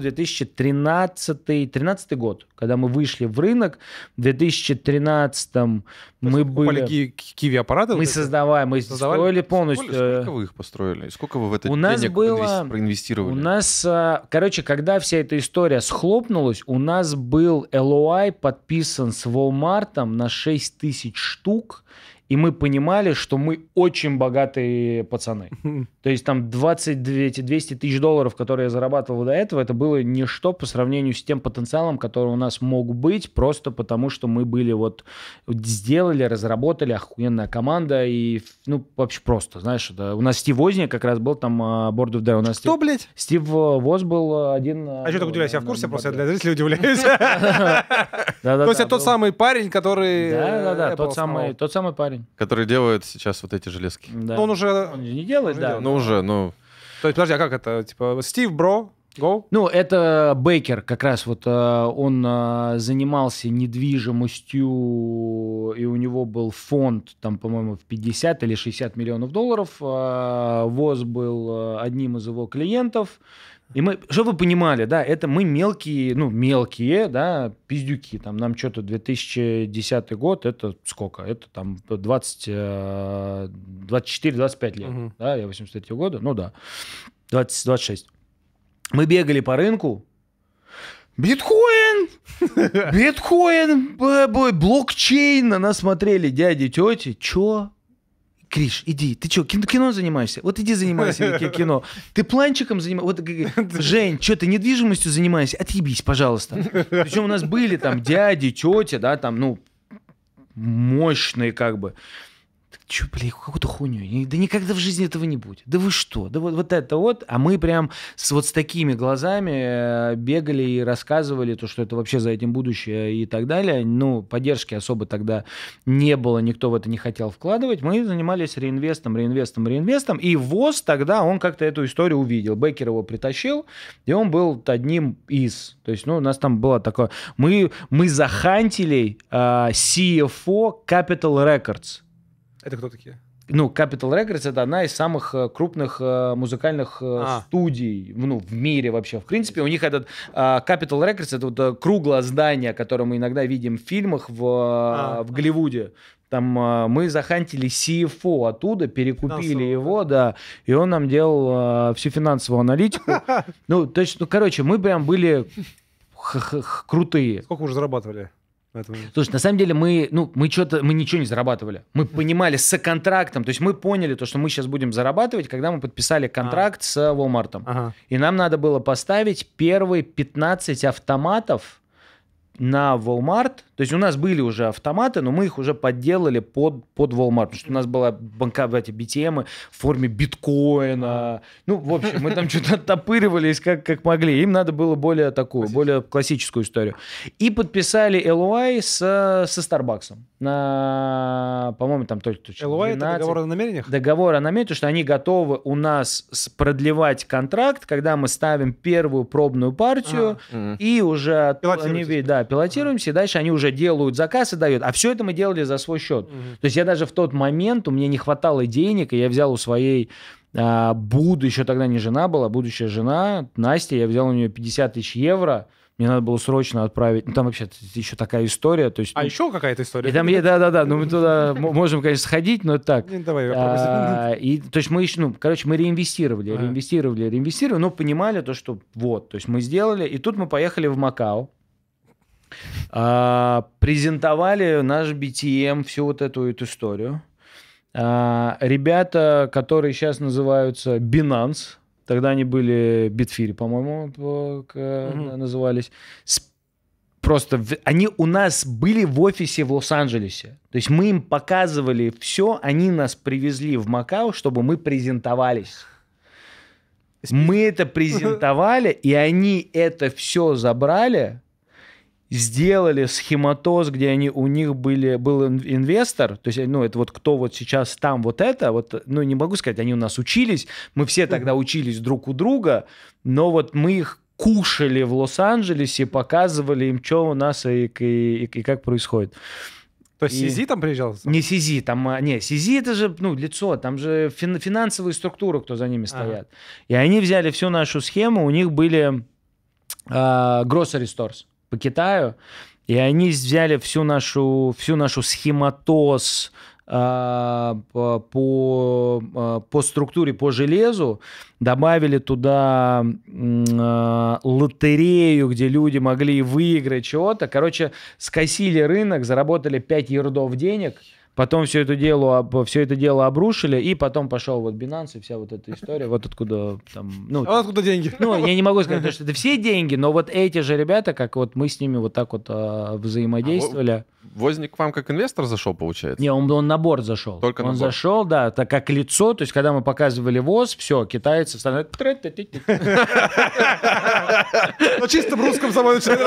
2013 год, когда мы вышли в рынок. В 2013 мы были... Киви-аппараты? Мы строили полностью... Сколько вы их построили? Сколько вы в это денег проинвестировали? У нас, когда вся эта история схлопнулась, у нас был LOI подписан с Walmart на 6 тысяч штук, и мы понимали, что мы очень богатые пацаны. То есть там 200 тысяч долларов, которые я зарабатывал до этого, это было ничто по сравнению с тем потенциалом, который у нас мог быть, просто потому что мы были сделали, разработали, охуенная команда, и, вообще просто, знаешь, у нас Стив Возник как раз был там board of directors. Что, блядь? Стив Воз был один... А что так удивляюсь? Я в курсе, просто для зрителей удивляюсь. То есть это тот самый парень, который... Да, тот самый парень. Который делает сейчас вот эти железки. Да. Он уже... Он не делает, да. Уже. То есть, подожди, а как это? Типа, Стив, бро, go? Это Бейкер как раз он занимался недвижимостью, и у него был фонд, там, по-моему, в 50 или 60 миллионов долларов. ВОЗ был одним из его клиентов. И мы, чтобы вы понимали, да, это мы мелкие, да, пиздюки. Там нам что-то 2010 год, это сколько? Это там 24-25 лет. Да, я 83 года, 26. Мы бегали по рынку. Биткоин, блокчейн. На нас смотрели дяди, тети. Чё? Криш, иди, ты что, кино занимаешься? Вот иди занимайся кино. Ты планчиком занимаешься? Жень, что, ты недвижимостью занимаешься? Отъебись, пожалуйста. Причем у нас были там дяди, тети, да, там, мощные как бы. Че, блин, какую-то хуйню. Да никогда в жизни этого не будет. Да вы что? Да вот это вот. А мы прям с такими глазами бегали и рассказывали, что это вообще за этим будущее и так далее. Поддержки особо тогда не было, никто в это не хотел вкладывать. Мы занимались реинвестом. И ВОЗ тогда, он как-то эту историю увидел. Бейкер его притащил, и он был одним из. То есть, у нас там было такое... Мы захантили CFO Capital Records. Это кто такие? ну, Capitol Records — это одна из самых крупных музыкальных студий, ну, в мире вообще. В принципе, у них этот Capitol Records — это вот круглое здание, которое мы иногда видим в фильмах в Голливуде. Там мы захантили CFO оттуда, перекупили его, да, и он нам делал всю финансовую аналитику. Ну, то есть, ну, короче, мы прям были крутые. Сколько уже зарабатывали? Слушай, на самом деле мы ничего не зарабатывали. Мы понимали с контрактом, то есть мы поняли то, что мы сейчас будем зарабатывать, когда мы подписали контракт с Walmart. И нам надо было поставить первые 15 автоматов на Walmart. То есть у нас были уже автоматы, но мы их уже подделали под Walmart. Потому что у нас была эти BTM в форме биткоина. Ну, в общем, мы там что-то оттопыривались как могли. Им надо было более такую, более классическую историю. И подписали LOI со Starbucks. На, по-моему, там только... LOI — это договор о намерениях? Договор о намерениях, потому что они готовы у нас продлевать контракт, когда мы ставим первую пробную партию и уже... пилотируемся, и дальше они уже делают заказ и дают. А все это мы делали за свой счет. То есть я даже в тот момент, у меня не хватало денег, и я взял у своей еще тогда не жена была, будущая жена, Настя, я взял у нее 50 тысяч евро, мне надо было срочно отправить. Ну, там вообще еще такая история. То есть, еще какая-то история? И там, да. Ну, мы туда можем, конечно, сходить, но так. Давай, и, то есть мы еще, мы реинвестировали, но понимали то, что вот. То есть мы сделали, и тут мы поехали в Макао. Презентовали наш BTM, всю вот эту историю. Ребята, которые сейчас называются Binance, тогда они были Bitfury, по-моему, назывались, просто они у нас были в офисе в Лос-Анджелесе. То есть мы им показывали все, они нас привезли в Макао, чтобы мы презентовались. Мы это презентовали, и они это все забрали, сделали схематоз, где у них был инвестор, то есть, это вот кто вот сейчас там вот это, вот, не могу сказать, они у нас учились, мы все тогда учились друг у друга, но вот мы их кушали в Лос-Анджелесе, показывали им, что у нас и как происходит. То есть Сизи там приезжал? Не Сизи, Сизи это же, лицо, там же финансовые структуры, кто за ними стоят. И они взяли всю нашу схему, у них были grocery stores по Китаю, и они взяли всю нашу схематоз по структуре, по железу, добавили туда лотерею, где люди могли выиграть чего-то. Короче, скосили рынок, заработали 5 ярдов денег, потом все это дело обрушили, и потом пошел вот Binance и вся вот эта история, вот откуда там... откуда деньги? Я не могу сказать, что это все деньги, но вот эти же ребята, как вот мы с ними вот так вот взаимодействовали. Возник к вам как инвестор зашел, получается? Не, он на борт зашел. Только он на борт. Зашел, да, так как лицо, то есть когда мы показывали ВОЗ, все, китайцы становятся... На чистом русском самой начали.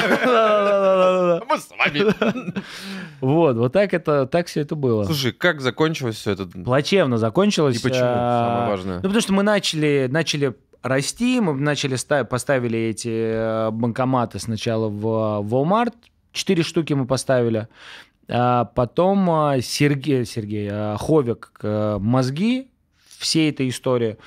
Мы с вами. Вот так все это было. Слушай, как закончилось все это? Плачевно закончилось. И почему? Самое важное. Потому что мы начали расти, мы поставили эти банкоматы сначала в Walmart, 4 штуки мы поставили, потом Сергей Ховик мозги всей этой истории.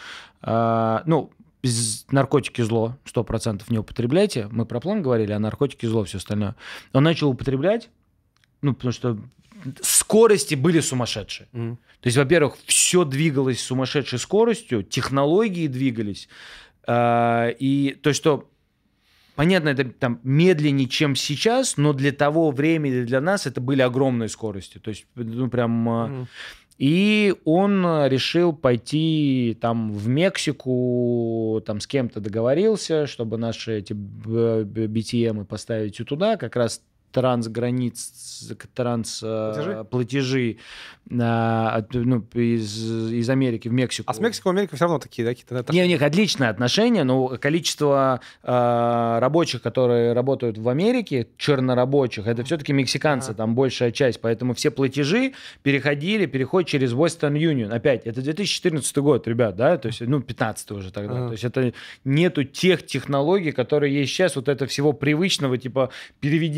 Наркотики зло, 100% не употребляйте. Мы про план говорили, а наркотики зло, все остальное. Он начал употреблять, потому что скорости были сумасшедшие. То есть, во-первых, все двигалось с сумасшедшей скоростью, технологии двигались. И то, что, понятно, это там медленнее, чем сейчас, но для того времени, для нас это были огромные скорости. То есть, прям... И он решил пойти там в Мексику, там с кем-то договорился, чтобы наши эти BTM поставить туда, как раз платежи из Америки в Мексику. А с Мексикой в Америку все равно такие, да, какие-то отношения? У них отличные отношения, но количество рабочих, которые работают в Америке, чернорабочих, это все-таки мексиканцы, там большая часть, поэтому все платежи переходят через Western Union. Опять, это 2014 год, ребят, да, то есть, 15 уже тогда. То есть это нету тех технологий, которые есть сейчас, вот это всего привычного, типа, переведи мне бабки,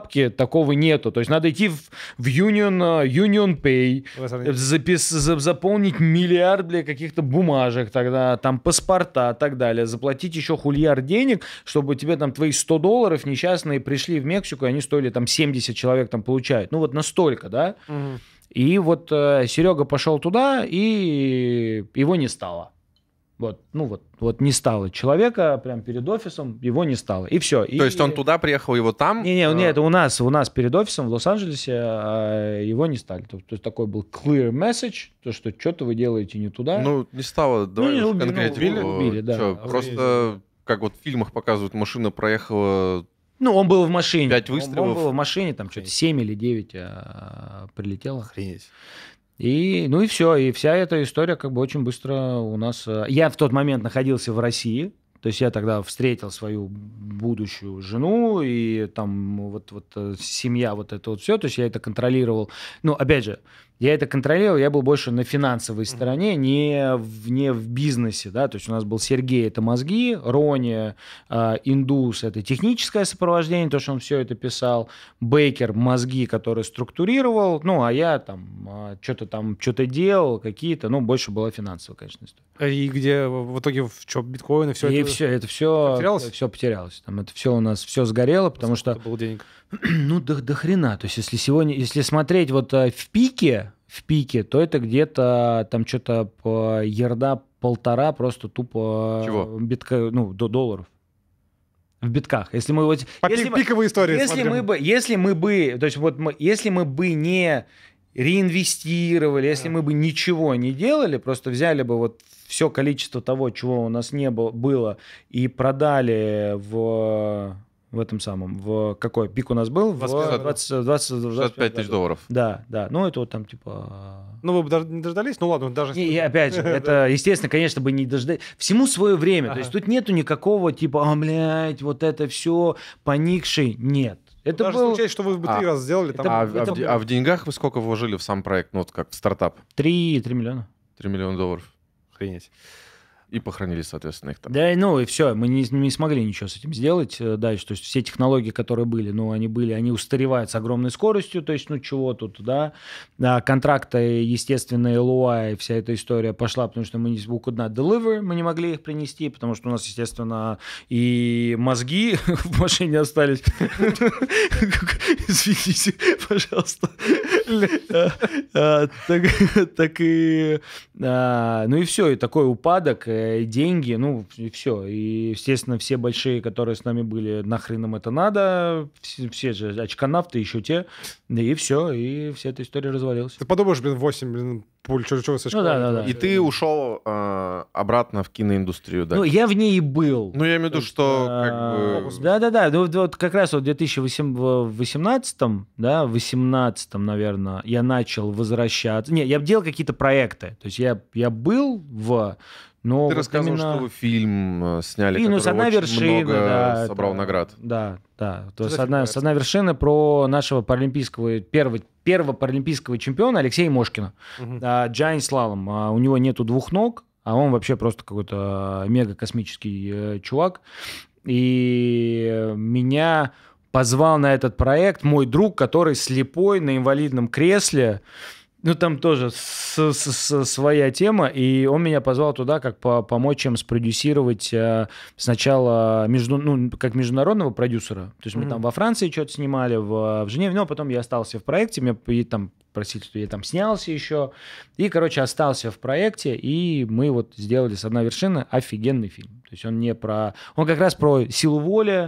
бабки, такого нету. То есть надо идти в Union Pay, заполнить миллиард, бля, каких-то бумажек тогда, там паспорта и так далее, заплатить еще хульяр денег, чтобы тебе там твои $100 несчастные пришли в Мексику, и они стоили там 70 человек там получают. Ну вот настолько, да? Мгм. И вот Серега пошел туда, и его не стало. Вот, ну вот не стало человека прям перед офисом, его не стало. И все. То есть он туда приехал, его там? Не, это у нас перед офисом в Лос-Анджелесе его не стали. То есть такой был clear message, то, что что-то вы делаете не туда. Ну, не стало, давай не уж убили, конкретику. убили, да. Чё, просто, как вот в фильмах показывают, машина проехала... Ну, он был в машине. 5 выстрелов. Он был в машине, там что-то 7 или 9 прилетело. Охренеть. И, ну и все, и вся эта история как бы очень быстро у нас... Я в тот момент находился в России, то есть я тогда встретил свою будущую жену, и там вот семья, вот это вот все, то есть я это контролировал. Ну, опять же, я это контролировал, я был больше на финансовой стороне, не в бизнесе, да, то есть у нас был Сергей, это мозги, Рони, Индус, это техническое сопровождение, то, что он все это писал, Бейкер, мозги, который структурировал, ну, а я там что-то делал, какие-то, ну, больше была финансовая, конечно, история. И где в итоге что, биткоины, все И это? это все потерялось? все потерялось. Там это все у нас все сгорело, потому что, Сколько было денег? ну, до хрена. То есть, если смотреть вот в пике, то это где-то там что-то по ерда 1,5 просто тупо Чего? долларов. В битках. Если мы вот... Пиковые истории. Если мы бы не реинвестировали, если мы бы ничего не делали, просто взяли бы вот все количество того, чего у нас не было, и продали в этом самом, в какой пик у нас был? В 65 тысяч долларов. Да. Ну, это вот там типа... Ну, вы бы даже не дождались? Ну, ладно, даже... И опять же, это, естественно, конечно, бы не дождались. Всему свое время. То есть тут нету никакого типа, блядь, вот это все поникший. Нет. Это даже был... случается, что вы бы 3 раза сделали. Там... А в деньгах вы сколько вложили в сам проект, ну, вот как стартап? 3 миллиона. 3 миллиона долларов. Охренеть. И похоронили, соответственно, их там. Да, ну и все, мы не смогли ничего с этим сделать дальше. То есть все технологии, которые были, они устаревают с огромной скоростью, то есть, ну чего тут, да. Контракты, естественно, LOI, и вся эта история пошла, потому что we could not deliver, мы не могли их принести, потому что у нас, естественно, и мозги в машине остались. Извините, пожалуйста. Так и... Ну и все, и такой упадок, деньги, ну и все. И, естественно, все большие, которые с нами были, нахрен им это надо, все же очканавты еще те, и все, и вся эта история развалилась. Ты подумаешь, 8, пуль, что вы со школы? Да. И ты ушел обратно в киноиндустрию, да? Ну, я в ней и был. Ну, я имею в виду, что как бы... Да. Ну, вот как раз вот в 2018, да, в 2018, наверное, я начал возвращаться. Не, я делал какие-то проекты. То есть я был но Ты вот рассказывал, именно... что вы фильм сняли, «Минус который одна очень вершина», много да, собрал это- наград. Да. То Что есть за фильм одна вершина про нашего первого паралимпийского чемпиона Алексея Мошкина. Мгм. Giant слалом. У него нету 2 ног, а он вообще просто какой-то мега-космический чувак. И меня позвал на этот проект мой друг, который слепой на инвалидном кресле. Ну, там тоже своя тема, и он меня позвал туда, как помочь им спродюсировать сначала как международного продюсера. То есть мы там во Франции что-то снимали, в Женеве, но потом я остался в проекте, меня там просили, что я там снялся еще, и, короче, остался в проекте, и мы вот сделали «С одной вершины» офигенный фильм. То есть он не про... Он как раз про силу воли,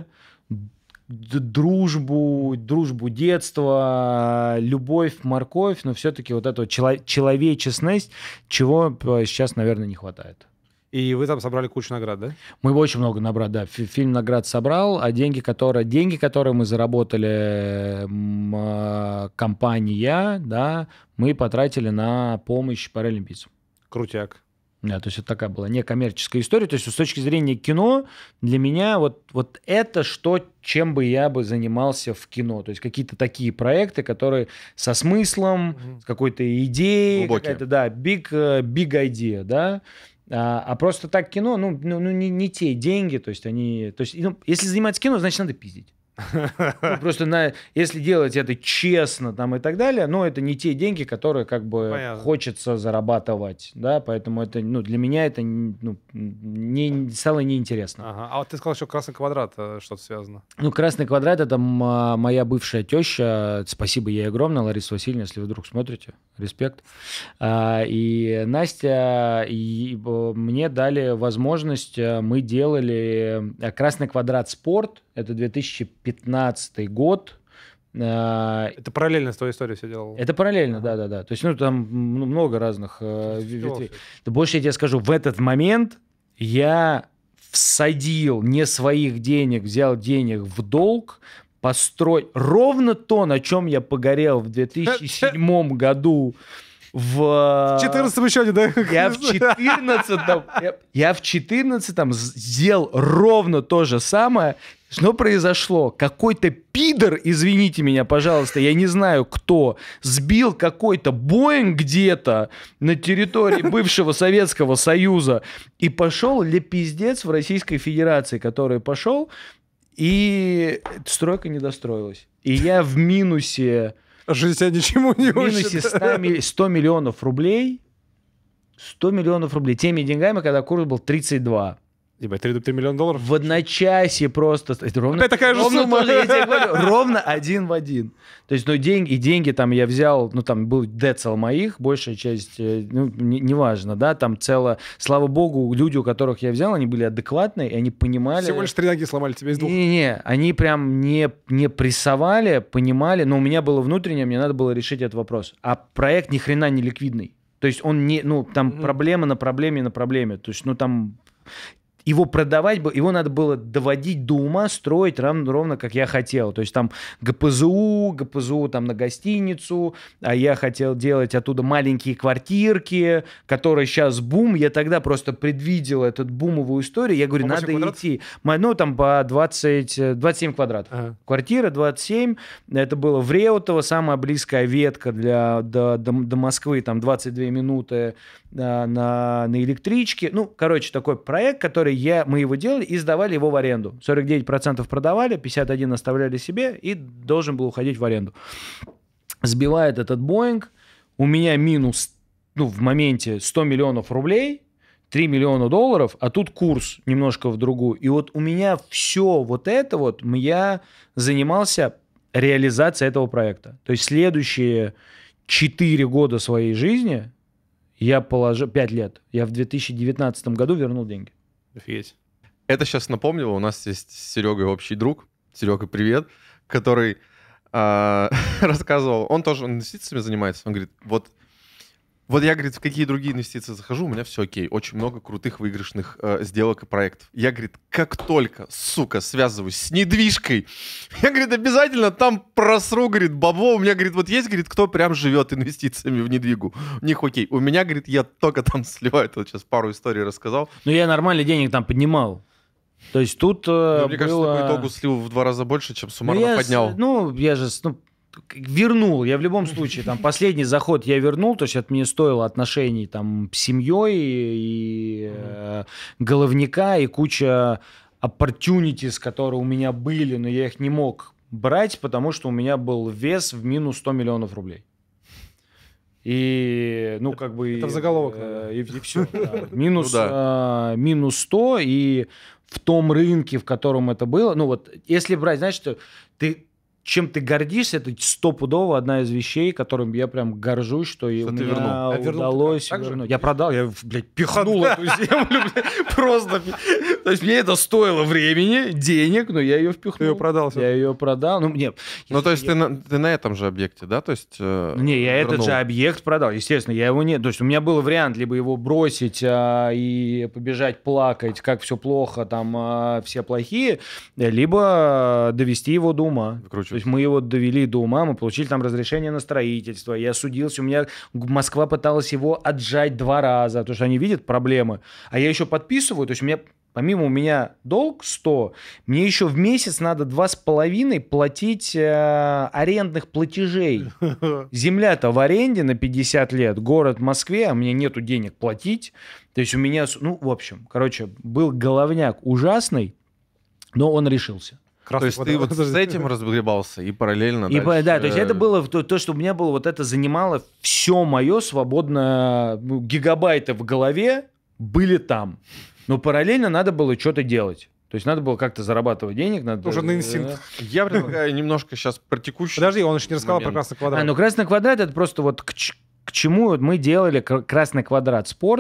дружбу детства, любовь, морковь, но все-таки вот эту человечность, чего сейчас, наверное, не хватает. И вы там собрали кучу наград, да? Мы очень много наград, да. Фильм наград собрал, а деньги, которые мы заработали, компания, да, мы потратили на помощь паралимпийцам. Крутяк. Да, то есть это такая была некоммерческая история. То есть с точки зрения кино для меня вот это чем бы я занимался в кино. То есть какие-то такие проекты, которые со смыслом, с какой-то идеей. Глубокие. Какая-то, да, big idea, да. А просто так кино, не те деньги. То есть если заниматься кино, значит, надо пиздить. Ну, просто если делать это честно там и так далее, но это не те деньги, которые как бы Понятно. хочется зарабатывать, да, поэтому это, ну, для меня это стало неинтересно. Ага. А вот ты сказал, что «Красный квадрат» что-то связано. Ну, «Красный квадрат» — это моя бывшая теща, спасибо ей огромное, Лариса Васильевна, если вы вдруг смотрите, респект. И Настя, и мне дали возможность, мы делали «Красный квадрат спорт», это 2015 год. Это параллельно с твоей историей все делал? Это параллельно, да-да-да. То есть, ну, там много разных ветвей. Да больше я тебе скажу, в этот момент я всадил не своих денег, взял денег в долг, построить ровно то, на чем я погорел в 2007 году. В 14-м еще не, да? Я в 14-м сделал ровно то же самое. Что произошло? Какой-то пидор, извините меня, пожалуйста, я не знаю кто, сбил какой-то Боинг где-то на территории бывшего Советского Союза и пошел лепиздец в Российской Федерации, который пошел, и стройка не достроилась. И я в минусе... Жизнь тебя ничему не в минусе 100 миллионов рублей. 100 миллионов рублей. Теми деньгами, когда курс был 32. Ебать, 3 миллиона долларов? В одночасье просто. Это ровно, опять такая же сумма. Я тебе говорю, ровно один в один. То есть, ну, деньги там я взял, ну, там был децл моих, большая часть, ну, неважно, да, там слава богу, люди, у которых я взял, они были адекватные, и они понимали... Всего лишь 3 ноги сломали тебе из 2. Не, они прям не прессовали, понимали, но у меня было внутреннее, мне надо было решить этот вопрос. А проект ни хрена не ликвидный. То есть он не, ну, там проблема на проблеме на проблеме. То есть, ну, там... Его продавать, его надо было доводить до ума, строить ровно как я хотел. То есть там ГПЗУ там на гостиницу, а я хотел делать оттуда маленькие квартирки, которые сейчас бум. Я тогда просто предвидел этот бумовую историю. Я говорю, надо идти. Ну, там по 27 квадратов. Ага. Квартира 27. Это было в Реутово, самая близкая ветка до Москвы, там 22 минуты на электричке. Ну, короче, такой проект, который мы его делали и сдавали его в аренду. 49% продавали, 51% оставляли себе и должен был уходить в аренду. Сбивает этот Боинг. У меня минус, ну, в моменте 100 миллионов рублей, 3 миллиона долларов, а тут курс немножко в другую. И вот у меня все вот это вот, я занимался реализацией этого проекта. То есть следующие 4 года своей жизни я положил, 5 лет, я в 2019 году вернул деньги. Офигеть. Это сейчас напомнило, у нас есть с Серегой общий друг, Серега, привет, который рассказывал, он тоже инвестициями занимается, он говорит, вот я, говорит, в какие другие инвестиции захожу, у меня все окей, очень много крутых выигрышных сделок и проектов. Я, говорит, как только, сука, связываюсь с недвижкой, я, говорит, обязательно там просру, говорит, бабло. У меня, говорит, вот есть, говорит, кто прям живет инвестициями в недвигу. У них окей. У меня, говорит, я только там сливаю. Вот сейчас пару историй рассказал. Ну, я нормально денег там поднимал. То есть тут мне кажется, по итогу слил в 2 раза больше, чем суммарно поднял. Я же... вернул. Я в любом случае, там, последний заход я вернул, то есть это мне стоило отношений там с семьей и головника, и куча opportunities, которые у меня были, но я их не мог брать, потому что у меня был вес в минус 100 миллионов рублей. И, ну, как бы... Это в заголовок. И все. Да. Минус 100, и в том рынке, в котором это было, ну, вот, если брать, знаешь, что чем ты гордишься, это стопудово одна из вещей, которым я прям горжусь, что у меня удалось вернуть. Я продал, я, блядь, пихнул эту землю, просто. То есть мне это стоило времени, денег, но я ее впихнул. Ты ее продал. Я ее продал. Ну, то есть ты на этом же объекте, да? То есть не, я этот же объект продал, естественно, я его не... То есть у меня был вариант либо его бросить и побежать плакать, как все плохо, там все плохие, либо довести его до ума. То есть мы его довели до ума, мы получили там разрешение на строительство, я судился, у меня Москва пыталась его отжать 2 раза, потому что они видят проблемы, а я еще подписываю, то есть помимо у меня долг 100, мне еще в месяц надо 2,5 платить арендных платежей. Земля-то в аренде на 50 лет, город в Москве, а мне нету денег платить, то есть у меня, ну, в общем, короче, был головняк ужасный, но он решился. То есть ты вот с этим разгребался и параллельно дальше... Да, то есть это было то, что у меня было, вот это занимало все мое свободное, гигабайты в голове были там. Но параллельно надо было что-то делать. То есть надо было как-то зарабатывать денег. Уже на инстинкт. Я предлагаю немножко сейчас про текущий... Подожди, он еще не рассказал про «Красный квадрат». Ну «Красный квадрат» — это просто вот к чему вот мы делали «Красный квадрат» спорт.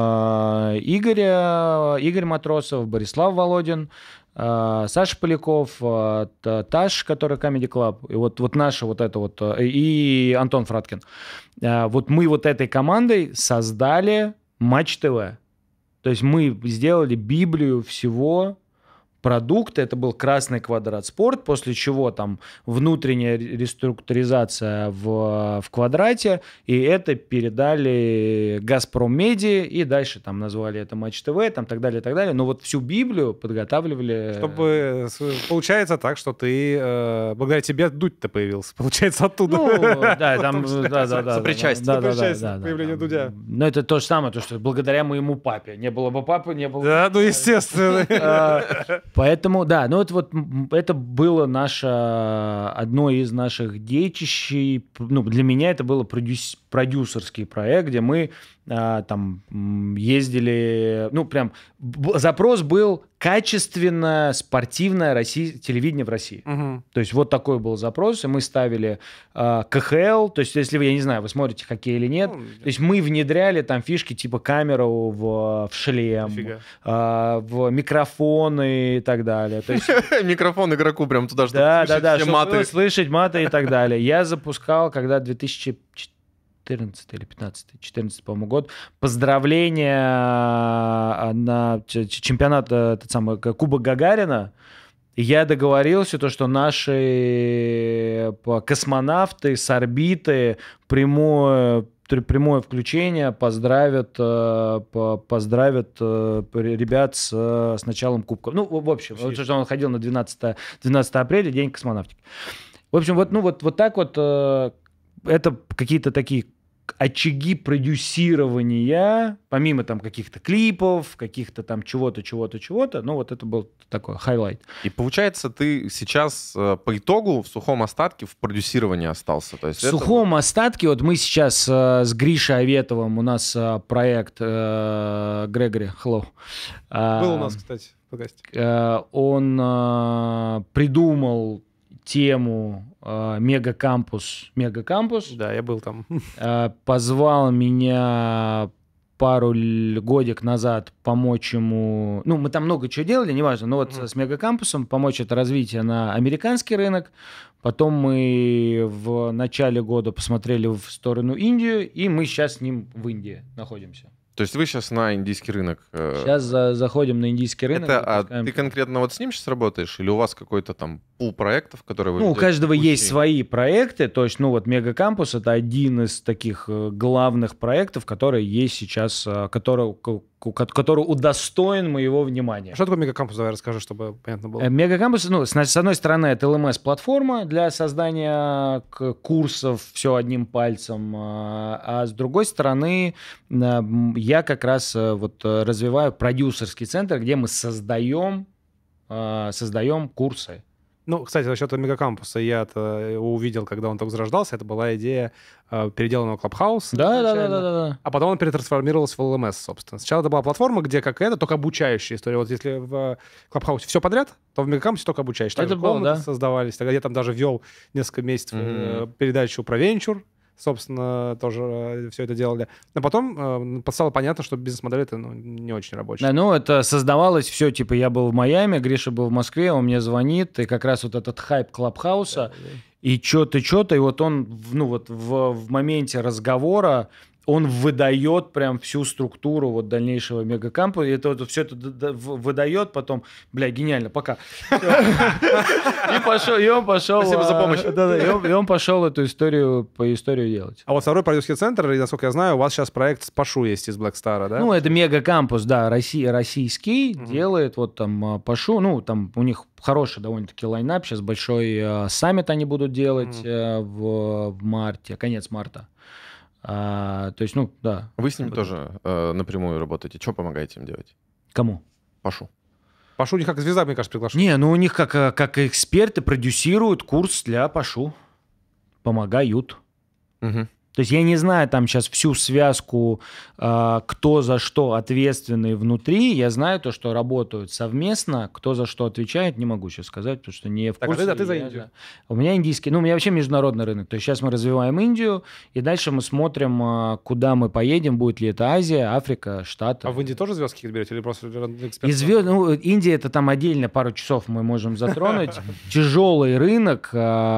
Игорь Матросов, Борислав Володин, Саша Поляков, Таш, который Comedy Club, и вот наша вот это вот, и Антон Фраткин. Вот мы вот этой командой создали Матч ТВ. То есть мы сделали библию всего продукта. Это был «Красный квадрат спорт», после чего там внутренняя реструктуризация в «Квадрате», и это передали «Газпром Медиа», и дальше там назвали это «Матч ТВ», там так далее, так далее. Но вот всю библию подготавливали... Чтобы получается так, что ты... благодаря тебе Дудь-то появился. Получается оттуда. Ну, да, там... Сопричастие. Появление Дудя. Но это то же самое, то, что благодаря моему папе. Не было бы папы, не было бы... Да, ну естественно. Поэтому, да, ну вот это было одно из наших детищей. Ну, для меня это было продюсерский проект, где мы там ездили, ну, прям запрос был качественное спортивное телевидение в России. Угу. То есть вот такой был запрос, и мы ставили КХЛ, то есть если вы, я не знаю, вы смотрите хоккей или нет, то есть мы внедряли там фишки типа камеру в шлем, в микрофоны и так далее. То есть... Микрофон игроку прям туда, чтобы слышать все маты. Слышать маты и так далее. Я запускал, когда 2014 или 14, по-моему, год, поздравления на чемпионат, этот самый Кубок Гагарина. И я договорился, то, что наши космонавты с орбиты прямое включение поздравят ребят с началом Кубка. Ну, в общем, вот, что он ходил на 12 апреля, День космонавтики. В общем, вот так вот это какие-то такие очаги продюсирования, помимо там каких-то клипов, каких-то там чего-то, ну вот это был такой хайлайт. И получается, ты сейчас по итогу в сухом остатке в продюсировании остался? То есть в сухом остатке, вот мы сейчас с Гришей Аветовым, у нас проект Грегори, hello. Был у нас, кстати, в подкасте. Он придумал тему Мегакампус. Да, я был там. Позвал меня пару годик назад помочь ему... Ну, мы там много чего делали, неважно, но вот с Мегакампусом помочь это развитие на американский рынок. Потом мы в начале года посмотрели в сторону Индию, и мы сейчас с ним в Индии находимся. То есть вы сейчас на индийский рынок? Сейчас заходим на индийский рынок. Ты конкретно вот с ним сейчас работаешь? Или у вас какой-то там пул проектов, которые вы... Ну, у каждого есть свои проекты. То есть, ну вот Мегакампус — это один из таких главных проектов, которые есть сейчас, который удостоен моего внимания. Что такое Мегакампус? Давай расскажи, чтобы понятно было. Мегакампус, ну, с одной стороны, это LMS-платформа для создания курсов все одним пальцем, а с другой стороны, я как раз вот развиваю продюсерский центр, где мы создаем курсы. Ну, кстати, насчет Мегакампуса я увидел, когда он только зарождался, это была идея переделанного Clubhouse. Да. А потом он перетрансформировался в LMS, собственно. Сначала это была платформа, где как это, только обучающая история. Вот если в Clubhouse все подряд, то в Мегакампусе только обучающие. Это было, да. Создавались. Тогда я там даже вел несколько месяцев передачу про венчур. Собственно, тоже все это делали. Но потом стало понятно, что бизнес-модель это не очень рабочая. Да, ну, это создавалось все, типа, я был в Майами, Гриша был в Москве, он мне звонит, и как раз вот этот хайп Клабхауса, и что-то, и вот он, ну, вот в моменте разговора он выдает прям всю структуру вот дальнейшего Мегакампуса, и это вот все это выдает потом, бля, гениально, пока. И он пошел. Спасибо за помощь. И он пошел эту историю делать. А вот второй продюсерский центр, и, насколько я знаю, у вас сейчас проект с Пашу есть из Blackstar, да? Ну, это Мегакампус, да, российский, делает вот там Пашу, ну, там у них хороший довольно-таки лайнап, сейчас большой саммит они будут делать в марте, конец марта. То есть, ну, да. Вы с ним тоже напрямую работаете. Что помогаете им делать? Кому? Пашу. Пашу не как звезда, мне кажется, приглашен. Не, ну у них как эксперты продюсируют курс для Пашу. Помогают. Мгм. То есть я не знаю там сейчас всю связку, кто за что ответственный внутри. Я знаю то, что работают совместно. Кто за что отвечает, не могу сейчас сказать, потому что не в Так, курсе. ты за Я Индию. же- У меня индийский, у меня вообще международный рынок. То есть сейчас мы развиваем Индию, и дальше мы смотрим, куда мы поедем. Будет ли это Азия, Африка, Штаты. А в Индии тоже звезд каких-то берете или просто эксперты? И Индия это там отдельно пару часов мы можем затронуть. Тяжелый рынок.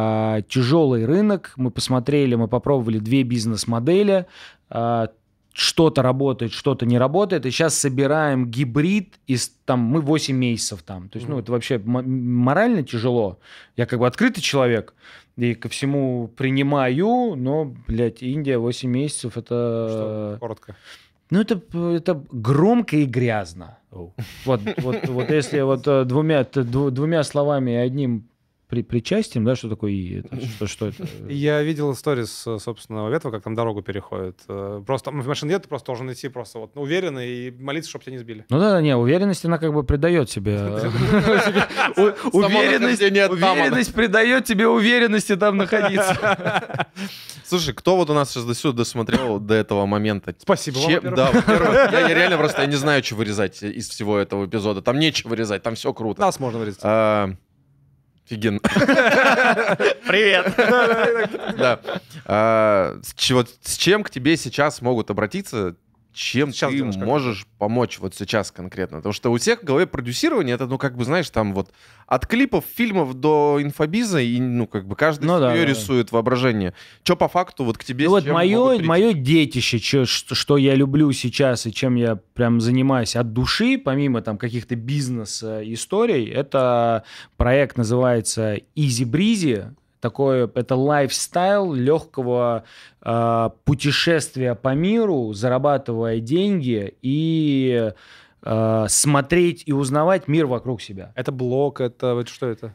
Мы посмотрели, мы попробовали 2 бизнес-модели. Что-то работает, что-то не работает. И сейчас собираем гибрид мы 8 месяцев там. То есть, это вообще морально тяжело. Я как бы открытый человек и ко всему принимаю, но, блядь, Индия 8 месяцев это... Что? Коротко. Это громко и грязно. Вот если двумя словами и одним причастием, да, что такое И? Что это? Я видел сторис собственного Ветова, как там дорогу переходит. Просто машин нет, ты просто должен идти просто уверенно и молиться, чтобы тебя не сбили. Ну да, не, уверенность, она как бы придает себе... Уверенность придает тебе уверенности там находиться. Слушай, кто вот у нас сейчас до сюда досмотрел до этого момента? Спасибо вам, во-первых. Да, во-первых, я реально просто не знаю, что вырезать из всего этого эпизода. Там нечего вырезать, там все круто. Нас можно вырезать. Офигенно. Привет. Да. С чем к тебе сейчас могут обратиться? Чем Сейчас ты делаешь как можешь помочь вот сейчас конкретно? Потому что у всех в голове продюсирование, это, знаешь, там вот от клипов, фильмов до инфобиза, и, каждый свое рисует воображение. Что по факту вот к тебе Вот мое детище, что я люблю сейчас и чем я прям занимаюсь от души, помимо там каких-то бизнес-историй, это проект называется Easy Breezy. Это лайфстайл легкого путешествия по миру, зарабатывая деньги и смотреть и узнавать мир вокруг себя. Это блог, это что это?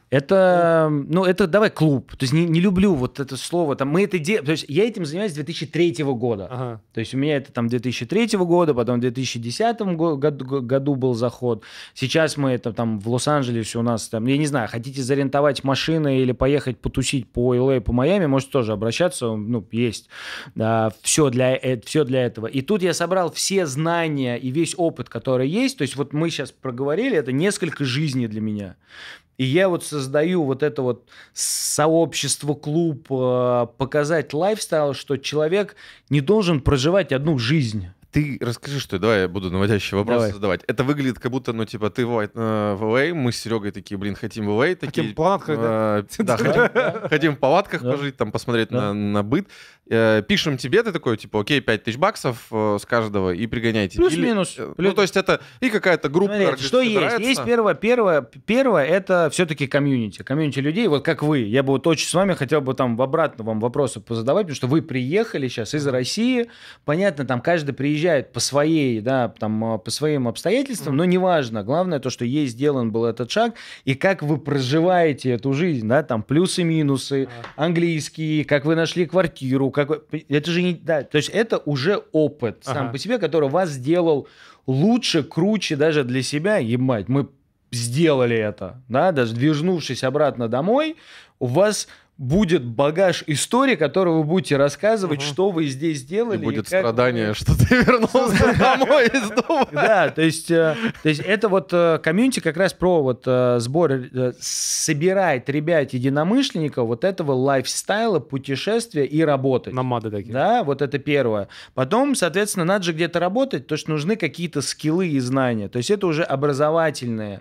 Это давай клуб. То есть не люблю вот это слово. Там, мы это делаем. То есть я этим занимаюсь с 2003 года. Ага. То есть у меня это там 2003 года, потом в 2010 году был заход. Сейчас мы это там в Лос-Анджелесе у нас там, я не знаю, хотите зарендовать машины или поехать потусить по LA, по Майами, можете тоже обращаться, есть. Все для этого. И тут я собрал все знания и весь опыт, который есть. То есть вот мы сейчас проговорили, это несколько жизней для меня. И я вот создаю вот это вот сообщество, клуб, показать лайфстайл, что человек не должен проживать одну жизнь. Ты расскажи, что давай я буду наводящие вопросы задавать. Это выглядит как будто, ты в LA, мы с Серегой такие, хотим в LA. Хотим в палатках, да? Да, хотим в палатках пожить, там посмотреть на быт. Пишем тебе, ты такой, окей, $5000 с каждого и пригоняйте. Плюс-минус. То есть это и какая-то группа. Смотри, что есть? Есть первое, это все-таки комьюнити. Комьюнити людей, вот как вы. Я бы вот очень с вами хотел бы там в обратно вам вопросы позадавать, потому что вы приехали сейчас из России. Понятно, там каждый приезжает по своей, да, там по своим обстоятельствам, но неважно. Главное то, что есть сделан был этот шаг, и как вы проживаете эту жизнь, да, там плюсы-минусы, английский, как вы нашли квартиру, это же не... Да, то есть это уже опыт сам по себе, который вас сделал лучше, круче даже для себя. Ебать, мы сделали это, да, даже движнувшись обратно домой, у вас будет багаж истории, который вы будете рассказывать, что вы здесь сделали. И будет страдание, что ты вернулся домой из дома. Да, то есть это вот комьюнити как раз про вот сбор, собирает ребят-единомышленников вот этого лайфстайла, путешествия и работать. Намады такие. Да, вот это первое. Потом, соответственно, надо же где-то работать, то что нужны какие-то скиллы и знания. То есть это уже образовательные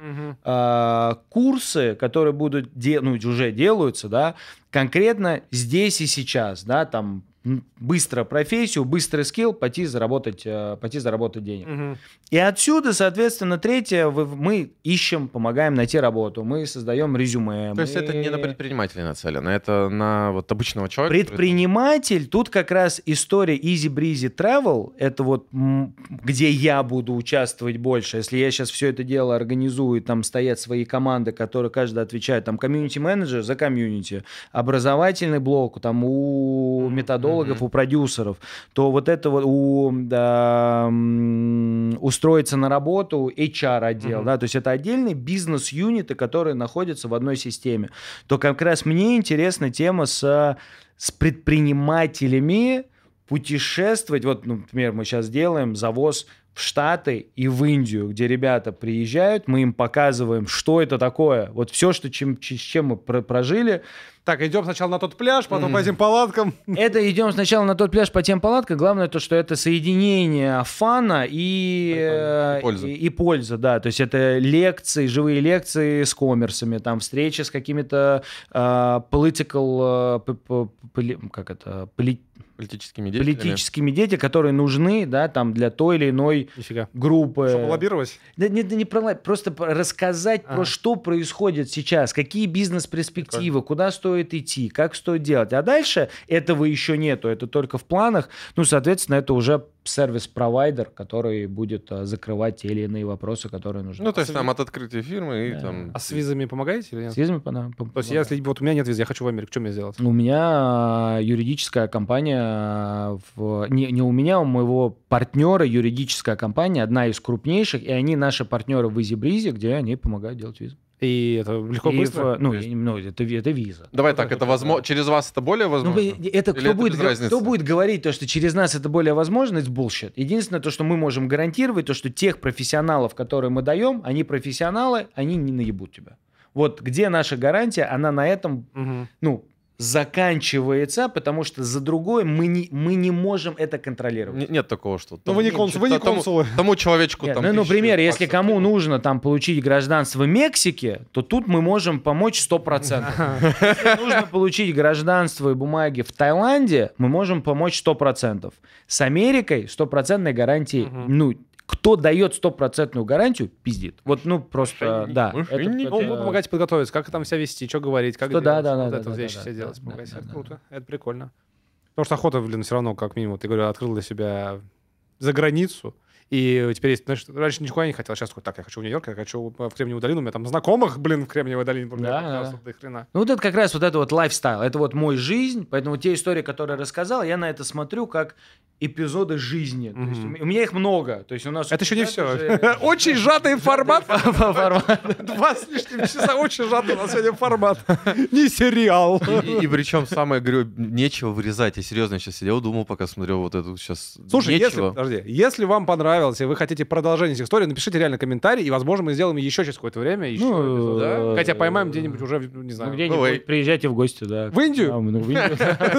курсы, которые будут, уже делаются, да, конкретно здесь и сейчас, да, там быстро профессию, быстрый скилл, пойти заработать денег. И отсюда, соответственно, третье, мы ищем, помогаем найти работу, мы создаем резюме. То есть это не на предпринимателя нацелено, это на вот обычного человека? Предприниматель, тут как раз история Easy Breezy Travel, это вот где я буду участвовать больше. Если я сейчас все это дело организую, там стоят свои команды, которые каждый отвечает, там комьюнити-менеджер за комьюнити, образовательный блок, там у методолога маркетологов, у продюсеров, то вот это вот устроиться на работу HR-отдел, да, то есть это отдельные бизнес-юниты, которые находятся в одной системе. То как раз мне интересна тема с предпринимателями путешествовать. Вот, например, мы сейчас делаем завоз в Штаты и в Индию, где ребята приезжают, мы им показываем, что это такое. Вот все, с чем мы прожили. Так, идем сначала на тот пляж, потом по этим палаткам. Это идем сначала на тот пляж по тем палаткам. Главное то, что это соединение фана и польза, да. То есть это лекции, живые лекции с коммерсами, там встречи с какими-то политическими деятелями, которые нужны, да, там для той или иной группы. Чтобы лоббировать? Да, не про лоббировать, просто рассказать про что происходит сейчас, какие бизнес-перспективы, куда стоит идти, как стоит делать. А дальше этого еще нету, это только в планах. Ну, соответственно, это уже сервис-провайдер, который будет закрывать те или иные вопросы, которые нужны. Ну, то есть там от открытия фирмы и там... А с визами помогаете или нет? С визами То есть если вот у меня нет визы, я хочу в Америку, что мне сделать? У меня юридическая компания, не у меня, у моего партнера юридическая компания, одна из крупнейших, и они наши партнеры в EasyBreezy, где они помогают делать визу. И это легко, быстро? Это виза. Давай так, это возможно. Через вас это более возможно? Кто будет говорить то, что через нас это более возможно, это bullshit. Единственное, то, что мы можем гарантировать, то, что тех профессионалов, которые мы даем, они профессионалы, они не наебут тебя. Вот где наша гарантия, она на этом, заканчивается, потому что за другое мы не можем это контролировать. Нет такого, что... вы не консулы. Тому человечку там... например, если кому нужно там получить гражданство Мексики, то тут мы можем помочь 100%. Если нужно получить гражданство и бумаги в Таиланде, мы можем помочь 100%. С Америкой 100% гарантии, кто дает 100% гарантию, пиздит. Вот, просто, да. Вы помогаете подготовиться, как там себя вести, что говорить, как делать. Это вещи все делать. Это круто, это прикольно. Потому что охота, все равно, как минимум, ты, говорю, открыл для себя за границу. И теперь есть, знаешь, раньше ничего не хотел, сейчас такой, так, я хочу в Нью-Йорк, я хочу в Кремниевую долину, у меня там знакомых, в Кремниевой долине. До хрена. Вот это как раз вот лайфстайл, это вот мой жизнь, поэтому те истории, которые я рассказал, я на это смотрю как эпизоды жизни. То есть у меня их много. То есть у нас... Это еще не все. Очень сжатый формат. 2 с лишним часа, очень сжатый у нас сегодня формат. Не сериал. И причем самое, говорю, нечего вырезать. Я серьезно сейчас сидел, думал, пока смотрел вот эту сейчас. Слушай, если вам понравилось, и вы хотите продолжение этих историй, напишите реально комментарий, и, возможно, мы сделаем еще через какое-то время. Хотя поймаем где-нибудь уже, не знаю. Где-нибудь приезжайте в гости, да. В Индию? В Индию.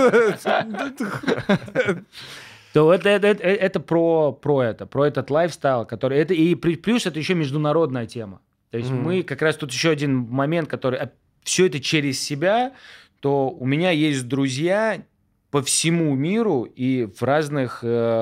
То это про этот лайфстайл, который... И плюс это еще международная тема. То есть мы как раз тут еще один момент, который... Все это через себя, то у меня есть друзья по всему миру и в разных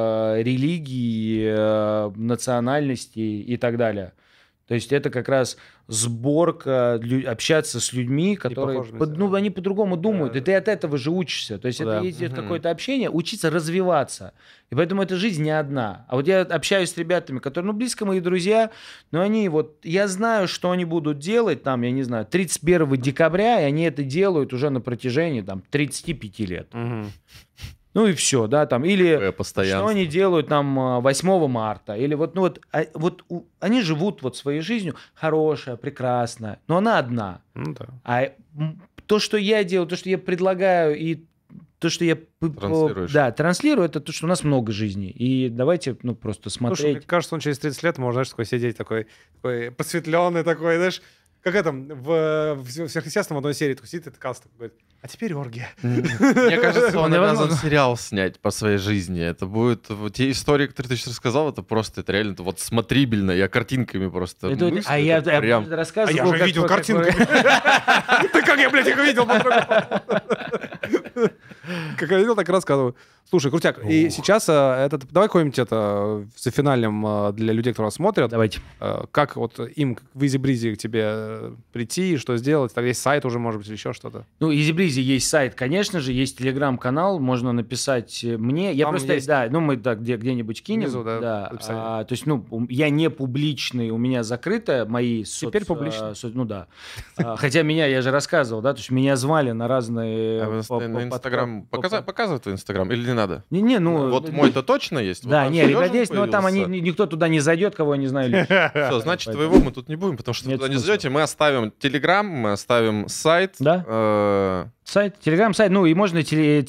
религий, национальностей и так далее. То есть это как раз сборка, общаться с людьми, которые, они по-другому думают, и ты от этого же учишься. То есть это есть какое-то общение, учиться развиваться. И поэтому эта жизнь не одна. А вот я общаюсь с ребятами, которые, близко мои друзья, но они я знаю, что они будут делать, там, я не знаю, 31 декабря, и они это делают уже на протяжении, 35 лет. Ну и все, да, там, или что они делают там 8 марта, или они живут своей жизнью, хорошая, прекрасная, но она одна. А то, что я делаю, то, что я предлагаю, и то, что я транслирую, это то, что у нас много жизней. И давайте, просто смотреть. Слушай, мне кажется, он через 30 лет может, знаешь, такой сидеть, такой посветленный, такой, знаешь, как в сверхъестественном одной серии сидит этот каст, говорит, а теперь оргия. Мне кажется, он обязан сериал снять по своей жизни. Это будет... Те истории, которые ты сейчас рассказал, это реально смотрибельно. Я картинками просто мыслю. Я рассказывал... А я же видел картинками. Ты как я, блядь, их видел? Как я видел, так рассказываю. Слушай, крутяк, и сейчас давай какой-нибудь за финальным для людей, кто нас смотрят. Давайте. Как вот им в EasyBreezy к тебе прийти, что сделать? Так есть сайт уже, может быть, или еще что-то? Ну, EasyBreezy есть сайт, конечно же, есть телеграм-канал, можно написать мне. Я Там просто, есть... да, ну, мы так где-нибудь кинем. Внизу, да, то есть, ну, я не публичный, у меня закрыто мои... Теперь публичный. Ну, да. Хотя я же рассказывал, да, то есть меня звали на разные... На Инстаграм... Показывай твой Инстаграм или не надо? Не, ну... Вот мой-то точно есть? Да, вот не, ребят есть, но там появился. никто туда не зайдет, кого я не знаю. Все, значит, твоего мы тут не будем, потому что Нет туда не смысла. зайдете. Мы оставим Телеграм, мы оставим сайт. Да. Сайт, телеграм-сайт, ну и можно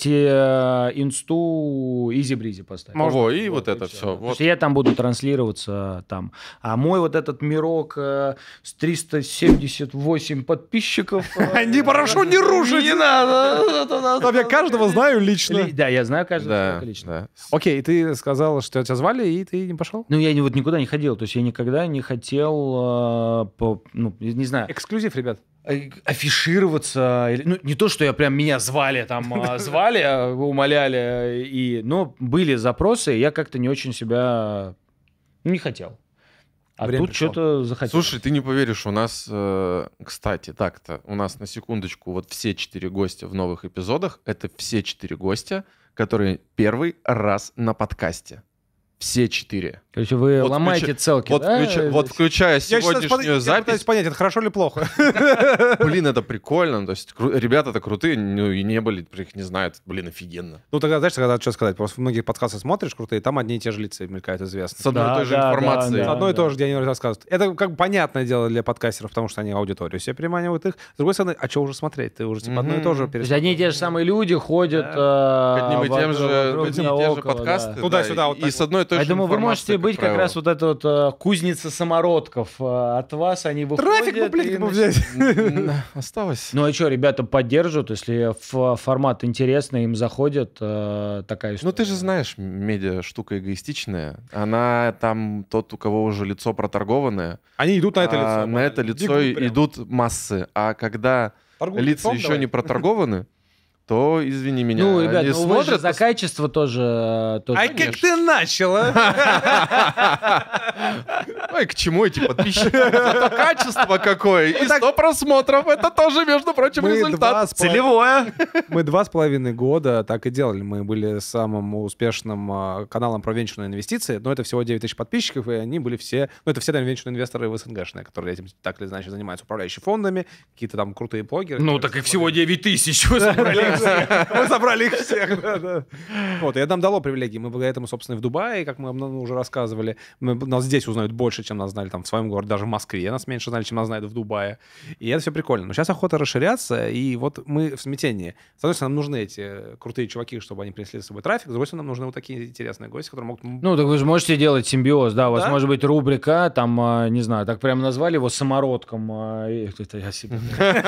инсту EasyBreezy поставить. Ого, и вот это всё. все. Потому что я там буду транслироваться там. А мой вот этот мирок с 378 подписчиков... Не, прошу, не рушить! Не надо! Там я каждого знаю лично. Да, я знаю каждого Да, человека лично. да. Окей, ты сказал, что тебя звали, и ты не пошел? Ну, я вот никуда не ходил. То есть я никогда не хотел, не знаю... Эксклюзив, ребят. Афишироваться, ну не то, что я прям меня звали, умоляли, но были запросы, и я как-то не очень себя не хотел. А Время тут пришло. что-то захотел. Слушай, ты не поверишь, у нас, кстати, так-то, у нас на секундочку, вот все 4 гостя в новых эпизодах, это все 4 гостя, которые первый раз на подкасте. Все 4. Короче, вы Вот ломаете целки, да? Вот включая Я сегодняшнюю я запись, пытаюсь понять, это хорошо или плохо? блин, это прикольно, то есть ребята-то крутые, ну и не были, их не знают, блин, офигенно. Ну, тогда, знаешь, когда что сказать, просто в многих подкастах смотришь крутые, там одни и те же лица мелькают известные. С одной и той же информацией. да. Одно и то же, где они рассказывают. Это как бы понятное дело для подкастеров, потому что они аудиторию себе приманивают их. С другой стороны, а что уже смотреть? Ты уже типа одно и то же То есть одни и те же самые люди ходят... К одним и тем же подкасты. Туда-сюда, да, вот и так с одной и той же Поэтому вы информацией, можете быть как правило. раз вот эта вот кузница самородков. От вас они выходят... Трафик бы, блядь, и как бы взять. Осталось. Ну а что, ребята поддержат, если формат интересный, им заходит такая история. Ну, ты же знаешь, медиа штука эгоистичная. Она там тот, у кого уже лицо проторгованное. Они идут на это лицо. На это лицо Бегут прям. идут массы. А когда Торгуют лица лицом, еще давай. не проторгованы, то, извини меня, Ну, ребят, они ну, вы же смотрят... за качество тоже... Ай, как ты начал, а? Ой, к чему эти подписчики? Зато качество какое! И 100 просмотров! Это тоже, между прочим, Мы результат. 2,5 Целевое. Мы 2,5 года так и делали. Мы были самым успешным каналом про венчурные инвестиции, но это всего 9 тысяч подписчиков, и они были все... Ну, это все, наверное, венчурные инвесторы в СНГшные, которые этим так или иначе занимаются, управляющими фондами, какие-то там крутые блогеры. Ну, так и всего 9 тысяч. Вы собрали. Мы собрали их всех, да. Вот, и это нам дало привилегии. Мы благодаря этому, собственно, и в Дубае, как мы уже рассказывали, нас здесь узнают больше, чем нас знали там в своем городе, даже в Москве нас меньше знали, чем нас знают в Дубае. И это все прикольно. Но сейчас охота расширяться, и вот мы в смятении. С одной стороны, нам нужны эти крутые чуваки, чтобы они принесли с собой трафик, с другой стороны, нам нужны вот такие интересные гости, которые могут... Ну, так вы же можете делать симбиоз, да, у вас Да? может быть рубрика, там, не знаю, так прям назвали его самородком, это я себе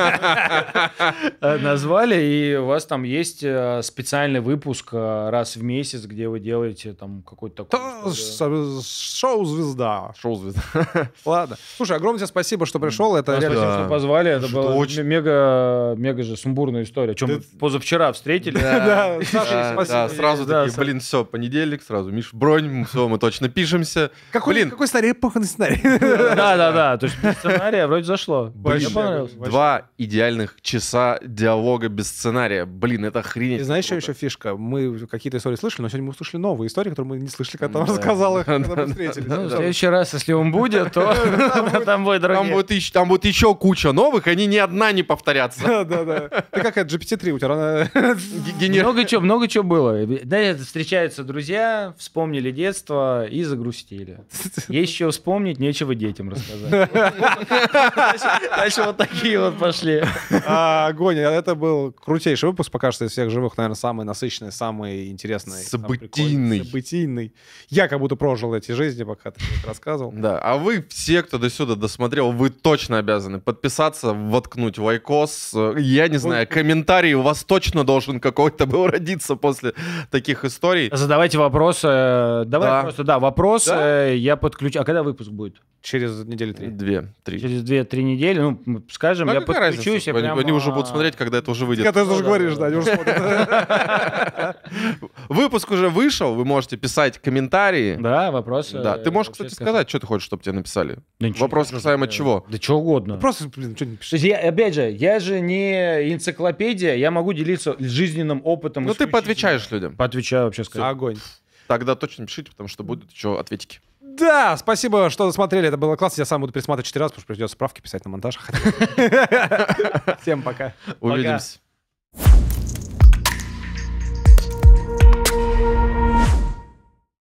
назвали, и у вас там есть специальный выпуск раз в месяц, где вы делаете там какой-то такой... Шоу-звезда. Шоу-звезда. Ладно. Слушай, огромное тебе спасибо, что пришел. Это Спасибо, реально... что позвали, это Что была очень- мега же сумбурная история. Чем мы позавчера встретились. Да, Саша, Да, спасибо. да, сразу Да, такие, блин, все, понедельник, сразу, Миш, бронь, все, мы точно пишемся. Блин, Какой сценарий? Эпохный сценарий. Да, то есть без сценария вроде зашло. Блин, Мне понравилось. 2 идеальных часа диалога без сценария. Блин, это охренеть. И знаешь, что круто. еще фишка? Мы какие-то истории слышали, но сегодня мы услышали новые истории, которые мы не слышали, когда он Да. рассказал их, когда Да, мы встретились. Ну, в следующий раз, если он будет, то там будет Там другие. будет еще куча новых, они ни одна не повторятся. Да. Ты как это, GPT-3 у тебя? она- Много чего было. Да, встречаются друзья, вспомнили детство и загрустили. Есть что вспомнить, нечего детям рассказать. Дальше вот такие вот пошли. Огонь. Это был крутейший выпуск, пока что из всех живых, наверное, самый насыщенный, самый интересный. самый прикольный, Событийный. Событийный. Я как будто прожил эти жизни, пока ты это рассказывал. Да, а вы все, кто до сюда досмотрел, вы точно обязаны подписаться, воткнуть лайкос. Я не знаю, комментарий у вас точно должен какой-то был родиться после таких историй. Задавайте вопросы. Давай Да. просто, да, вопрос. Да. Я подключу. А когда выпуск будет? Через недели 3. 2-3. Через 2-3 недели. Ну, скажем, Ну, я какая подключусь. разница? я Они прям, уже будут смотреть, когда это уже выйдет. Ты тоже говоришь. будешь ждать, уже смотрят. Выпуск уже вышел, вы можете писать комментарии. Да, вопросы. Да, ты можешь, вообще кстати, сказать, что ты хочешь, чтобы тебе написали. Да ничего Вопрос не касаемо скажу. чего? Да чего угодно. Просто, блин, что-нибудь То пиши. есть опять же, я же не энциклопедия, я могу делиться жизненным опытом. Ну, ты исключительно. поотвечаешь людям. Поотвечаю вообще сказать. Огонь. Тогда точно пишите, потому что будут еще ответики. Да, спасибо, что досмотрели. Это было классно. Я сам буду пересматривать 4 раза, потому что придется справки писать на монтаж. Всем пока. Увидимся.